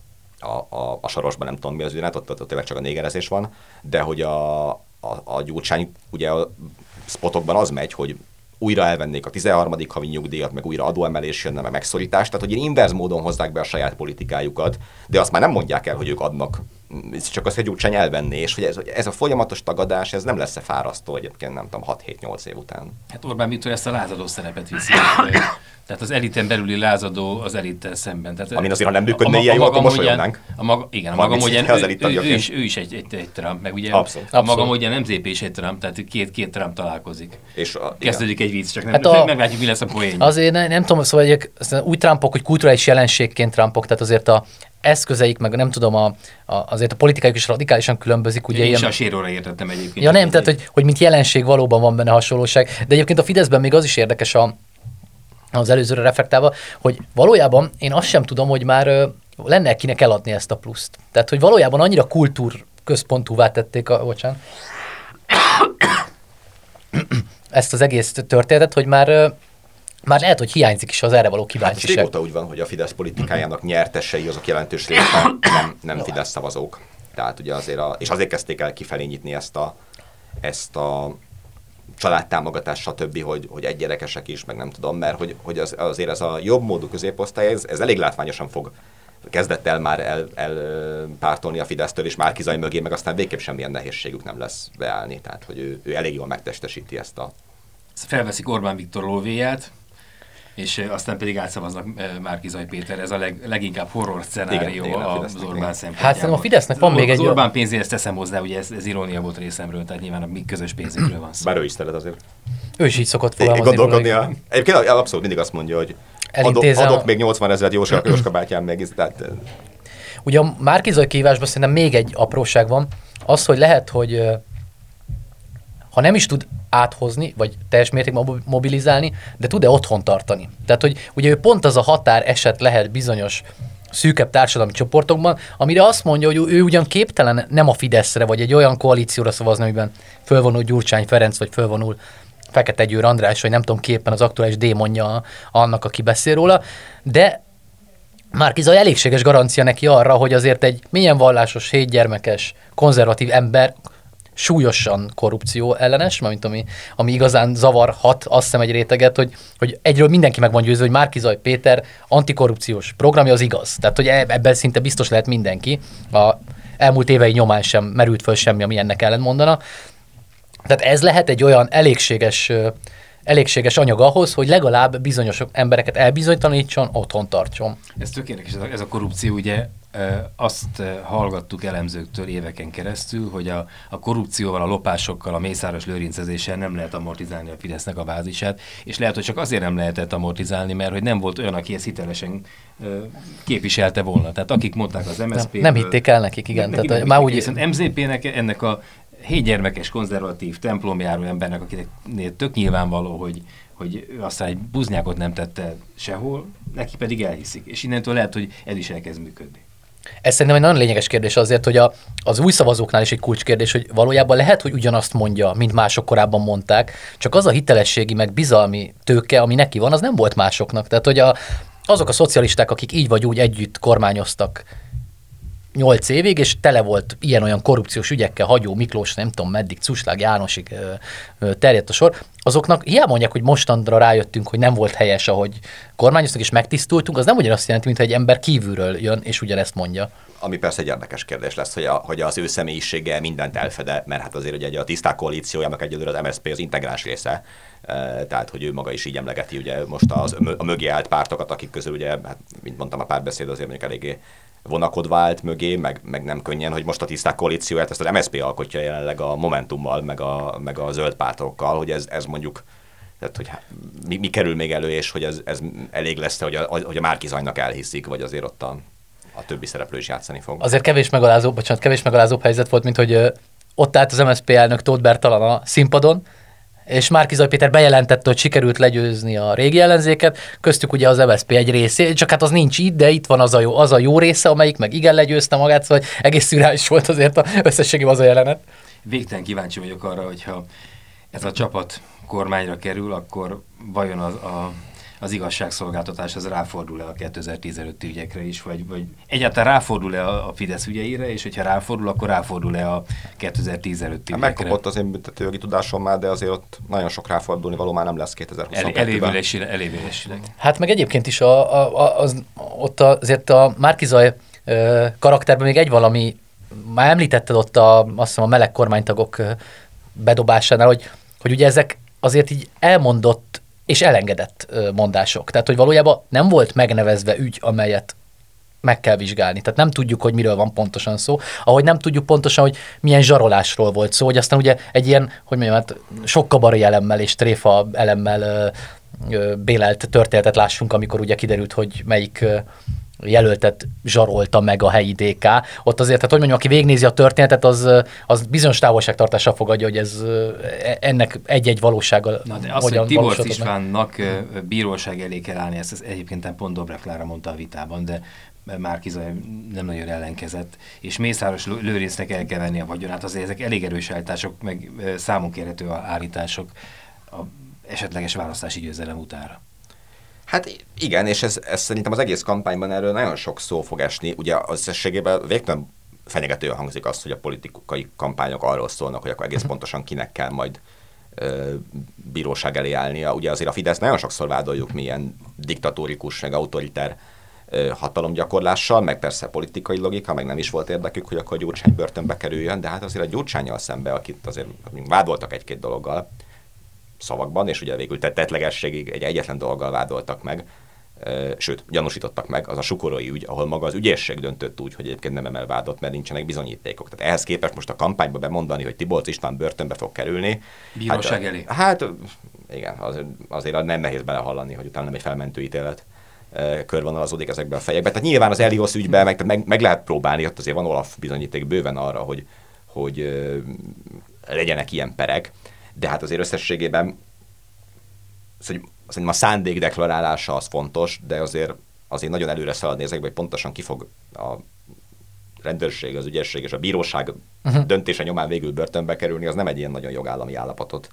a, a, a Sorosban nem tudom mi az üzenet, ott, ott tényleg csak a négerezés van, de hogy a, a, a Gyurcsány ugye a spotokban az megy, hogy újra elvennék a tizenharmadik havi nyugdíjat, meg újra adóemelés jönne, meg megszorítás, tehát hogy ilyen inverz módon hozzák be a saját politikájukat, de azt már nem mondják el, hogy ők adnak csak az, hogy Gyurcsány elvenné, és hogy ez, hogy ez a folyamatos tagadás, ez nem lesz-e fárasztó egyébként, nem tudom, hat-hét-nyolc év után. Hát Orbán Viktor ezt a lázadó szerepet viszi. Tehát az eliten belüli lázadó az elittel szemben. Tehát amin azért, ha nem működne ilyen jó, akkor mosolyognánk. A maga, igen, a maga módján, ő, ő, ő, is, ő is egy, egy, egy Trump, meg ugye Abszolút. a maga módján em zé pé is egy Trump, tehát két, két Trump találkozik. És a, kezdődik egy vicc, csak nem, hát a, meglátjuk, mi lesz a poén. Azért nem, nem tudom, szóval egyek, úgy Trumpok, hogy kulturális jelenségként Trumpok, tehát azért a eszközeik, meg nem tudom, a, a, azért a politikájuk is radikálisan különbözik. Ugye Én ilyen... is a séróra értettem egyébként. Ja nem, tehát hogy, hogy mint jelenség valóban van benne hasonlóság. De egyébként a Fideszben még az is érdekes a, az előzőre reflektálva, hogy valójában én azt sem tudom, hogy már ö, lenne kinek eladni ezt a pluszt. Tehát, hogy valójában annyira kultúr központúvá tették a... Bocsánat. ezt az egész történetet, hogy már... Ö, Már lehet, hogy hiányzik is az erre való kíváncsiság. Hát régóta úgy van, hogy a Fidesz politikájának nyertesei azok jelentős részben nem, nem Fidesz szavazók. Tehát ugye azért, a, és azért kezdték el kifelé nyitni ezt a, ezt a családtámogatást, stb., hogy, hogy egygyerekesek is, meg nem tudom, mert hogy, hogy az, azért ez a jobb módú középosztály, ez, ez elég látványosan fog kezdett el már el, elpártolni a Fidesztől, és Márki-Zay mögé, meg aztán végképp semmilyen nehézségük nem lesz beállni. Tehát, hogy ő, ő elég jól megtestesíti ezt a... Felveszik Orbán Viktor lóvéját, és aztán pedig átszavaznak Márki-Zay Péter. Ez a leg, leginkább horror szenárió igen, az Orbán szempontjából. Hát szerintem a Fidesznek van az, még egy... Az Orbán pénzéhez teszem hozzá, ugye ez, ez irónia volt részemről, tehát nyilván a mi közös pénzünkről van szó. Bár ő is szeret azért. Ő is így szokott fogalmazni. Gondolkodnia. Egyébként abszolút mindig azt mondja, hogy adok, adok még nyolcvan ezeret Jóska, Jóska bátyám meg. Tehát... Ugye a Márki-Zay kihívásban szerintem még egy apróság van. Az, hogy lehet, hogy ha nem is tud áthozni, vagy teljes mértékben mobilizálni, de tud-e otthon tartani. Tehát, hogy ugye ő pont az a határ eset lehet bizonyos szűkebb társadalmi csoportokban, amire azt mondja, hogy ő ugyan képtelen nem a Fideszre, vagy egy olyan koalícióra szavazni, amiben fölvonul Gyurcsány Ferenc, vagy fölvonul Fekete Győr András, vagy nem tudom képpen az aktuális démonja annak, aki beszél róla, de Márki-Zay elégséges garancia neki arra, hogy azért egy milyen vallásos, hétgyermekes, konzervatív ember, súlyosan korrupció ellenes, mint ami, ami igazán zavarhat azt hiszem egy réteget, hogy, hogy egyről mindenki meg van győző, hogy Márki-Zay Péter antikorrupciós programja az igaz. Tehát, hogy ebben szinte biztos lehet mindenki. A elmúlt évei nyomán sem merült föl semmi, ami ennek ellen mondana. Tehát ez lehet egy olyan elégséges, elégséges anyag ahhoz, hogy legalább bizonyos embereket elbizonytalanítson, otthon tartson. Ez tök érdekes, ez a, ez a korrupció, ugye azt hallgattuk elemzőktől éveken keresztül, hogy a, a korrupcióval, a lopásokkal, a mészáros lőrincezéssel nem lehet amortizálni a Fidesznek a bázisát, és lehet, hogy csak azért nem lehetett amortizálni, mert hogy nem volt olyan, aki ezt hitelesen képviselte volna. Tehát akik mondták az em es zé pé-ből... Nem, nem hitték el nekik, igen. Nem, Tehát, nem már úgy... úgy... em zé pé-nek ennek a hétgyermekes, konzervatív, templomjáró embernek, akinek tök nyilvánvaló, hogy, hogy ő aztán egy buznyákot nem tette sehol, neki pedig elhiszik. És innentől lehet, hogy ez is elkezd működni. Ez szerintem egy nagyon lényeges kérdés azért, hogy a, az új szavazóknál is egy kulcskérdés, hogy valójában lehet, hogy ugyanazt mondja, mint mások korábban mondták, csak az a hitelességi, meg bizalmi tőke, ami neki van, az nem volt másoknak. Tehát, hogy a, azok a szocialisták, akik így vagy úgy együtt kormányoztak nyolc évig, és tele volt ilyen-olyan korrupciós ügyekkel, Hagyó Miklós, nem tudom meddig, Cuslág Jánosig ö, ö, terjedt a sor, azoknak hiába mondják, hogy mostanra rájöttünk, hogy nem volt helyes, ahogy kormányoztak, és megtisztultunk, az nem ugyanazt jelenti, mint egy ember kívülről jön, és ugyanezt mondja. Ami persze egy érdekes kérdés lesz, hogy, a, hogy az ő személyisége mindent elfede, mert hát azért ugye a Tiszták koalíciójának egyelőre az em es zé pé az integráns része, tehát hogy ő maga is így emlegeti ugye most az, a mögé állt pártokat, akik közül ugye, hát, mint mondtam, a párbeszéd azért mondjuk eléggé vonakodva állt mögé, meg, meg nem könnyen, hogy most a Tiszták koalícióját ezt az em es zé pé alkotja jelenleg a Momentummal, meg a, meg a zöld pártokkal, hogy ez, ez mondjuk, tehát hogy mi, mi kerül még elő, és hogy ez, ez elég lesz, hogy a, hogy a Márki-Zaynak elhiszik, vagy azért ott a, a többi szereplő is játszani fog. Azért kevés megalázóbb, bocsánat, kevés megalázóbb helyzet volt, mint hogy ö, ott állt az em es zé pé elnök Tóth Bertalan a színpadon, és Márki-Zay Péter bejelentette, hogy sikerült legyőzni a régi ellenzéket, köztük ugye az em es zé pé egy részé, csak hát az nincs itt, de itt van az a jó, az a jó része, amelyik meg igen legyőzte magát, szóval egész szürreális volt azért a összességében az a jelenet. Végtelen kíváncsi vagyok arra, hogyha ez a csapat kormányra kerül, akkor vajon az, a, az igazságszolgáltatás az ráfordul-e a kétezer-tizenöt ügyekre is, vagy, vagy egyáltalán ráfordul-e a, a Fidesz ügyeire, és hogyha ráfordul, akkor ráfordul-e a kétezer-tizenöt ügyekre? Megkapott az én büntetőjogi tudásom már, de azért ott nagyon sok ráfordulni való már nem lesz kétezer-huszonkettőben. Elévülésileg. Hát meg egyébként is a, a, a, az, ott azért a Márki-Zay karakterben még egy valami már említetted ott a, azt hiszem, a meleg kormánytagok ö, bedobásánál, hogy, hogy ugye ezek azért így elmondott és elengedett ö, mondások. Tehát, hogy valójában nem volt megnevezve ügy, amelyet meg kell vizsgálni. Tehát nem tudjuk, hogy miről van pontosan szó, ahogy nem tudjuk pontosan, hogy milyen zsarolásról volt szó, hogy aztán ugye egy ilyen, hogy mondjam, hát sok kabari elemmel és tréfa elemmel ö, ö, bélelt történetet lássunk, amikor ugye kiderült, hogy melyik ö, jelöltet zsarolta meg a helyi dé ká. Ott azért, hát hogy mondjam, aki végignézi a történetet, az, az bizonyos távolságtartással fogadja, hogy ez ennek egy-egy valósággal Na de az, hogyan hogy Tiborcs valósodott meg. Istvánnak ö, bíróság elé kell állni, ezt, ezt egyébként nem pont Dobrev Klára mondta a vitában, de Márki nem nagyon ellenkezett, és Mészáros Lőrincnek el kell venni a vagyonát, azért ezek elég erős állítások, meg ö, számon kérhető állítások a esetleges választási győzelem utára. Hát igen, és ez, ez szerintem az egész kampányban erről nagyon sok szó fog esni. Ugye az összességében végtelen fenyegetően hangzik azt, hogy a politikai kampányok arról szólnak, hogy akkor egész pontosan kinek kell majd ö, bíróság elé állnia. Ugye azért a Fidesz nagyon sokszor vádoljuk milyen diktatórikus, meg autoriter ö, hatalomgyakorlással, meg persze politikai logika, meg nem is volt érdekük, hogy akkor Gyurcsány börtönbe kerüljön, de hát azért a Gyurcsánnyal szembe, akit azért vádoltak egy-két dologgal, szavakban, és ugye végül tettletlegességig egy egyetlen dologgal vádoltak meg, sőt, gyanúsítottak meg, az a sukorói ügy, ahol maga az ügyészség döntött úgy, hogy egyébként nem emel vádot, mert nincsenek bizonyítékok. Tehát ehhez képest most a kampányba bemondani, hogy Tiborcs István börtönbe fog kerülni. Bíróság elé. Hát, hát igen, azért, azért nem nehéz belehallani, hogy utána nem egy felmentő ítélet körvonalazódik ezekben a fejekben. Tehát nyilván az Elios ügyben meg, meg, meg lehet próbálni, ott azért van Olaf bizonyíték bőven arra, hogy, hogy ö, legyenek ilyen perek, de hát azért összességében szerintem a szándék deklarálása az fontos, de azért, azért nagyon előre szaladni ezekbe, hogy pontosan ki fog a rendőrség, az ügyészség és a bíróság uh-huh. döntése nyomán végül börtönbe kerülni, az nem egy ilyen nagyon jogállami állapotot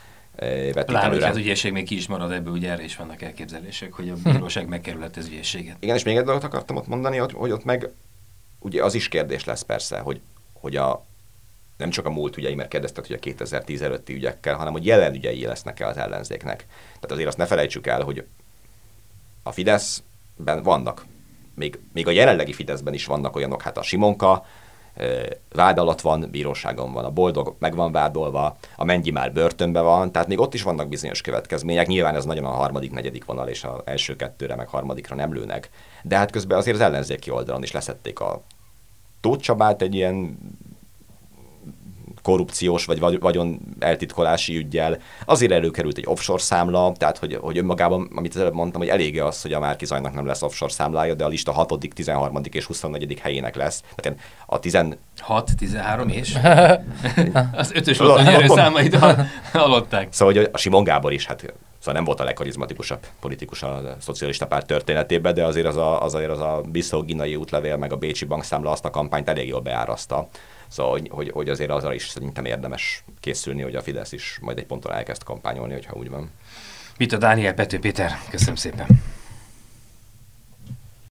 vett Pláne, előre. hogy az ügyészség még ki is marad ebből, ugye erre is vannak elképzelések, hogy a bíróság megkerülhet az ügyészséget. Igen, és még egy dolgot akartam ott mondani, hogy, hogy ott meg ugye az is kérdés lesz persze, hogy, hogy a nem csak a múlt ügyei, mert kérdezted, hogy a kétezer-tíz előtti ügyekkel, hanem hogy jelen ügyei lesznek-e az ellenzéknek. Tehát azért azt ne felejtsük el, hogy a Fideszben vannak, még, még a jelenlegi Fideszben is vannak olyanok, hát a Simonka vád alatt van, bíróságon van, a Boldog meg van vádolva, a Mennyi már börtönben van, tehát még ott is vannak bizonyos következmények. Nyilván ez nagyon a harmadik, negyedik vonal, és az első kettőre, meg harmadikra nem lőnek. De hát közben azért az ellenzéki oldalon is leszették a Tóth Csabát egy ilyen korrupciós vagy vagyon eltitkolási üggyel. Azért előkerült egy offshore számla, tehát hogy, hogy önmagában, amit előbb mondtam, hogy elég az, hogy a Márki Zajnak nem lesz offshore számlája, de a lista hatodik, tizenharmadik és huszonnegyedik helyének lesz. Tehát a tizen... hat, tizenhárom és? Az ötös volt a nyerőszámait hallották. Szóval hogy a Simon Gábor is, hát szóval nem volt a legkarizmatikusabb politikus a szocialista párt történetében, de azért az a, azért az a Bissau-Ginai útlevél meg a bécsi bankszámla azt a kampányt elég jól beáraszta. Szóval, hogy, hogy, hogy azért azra is szerintem érdemes készülni, hogy a Fidesz is majd egy ponton elkezd kampányolni, hogyha úgy van. Vita Dániel, Pető Péter, köszönöm szépen.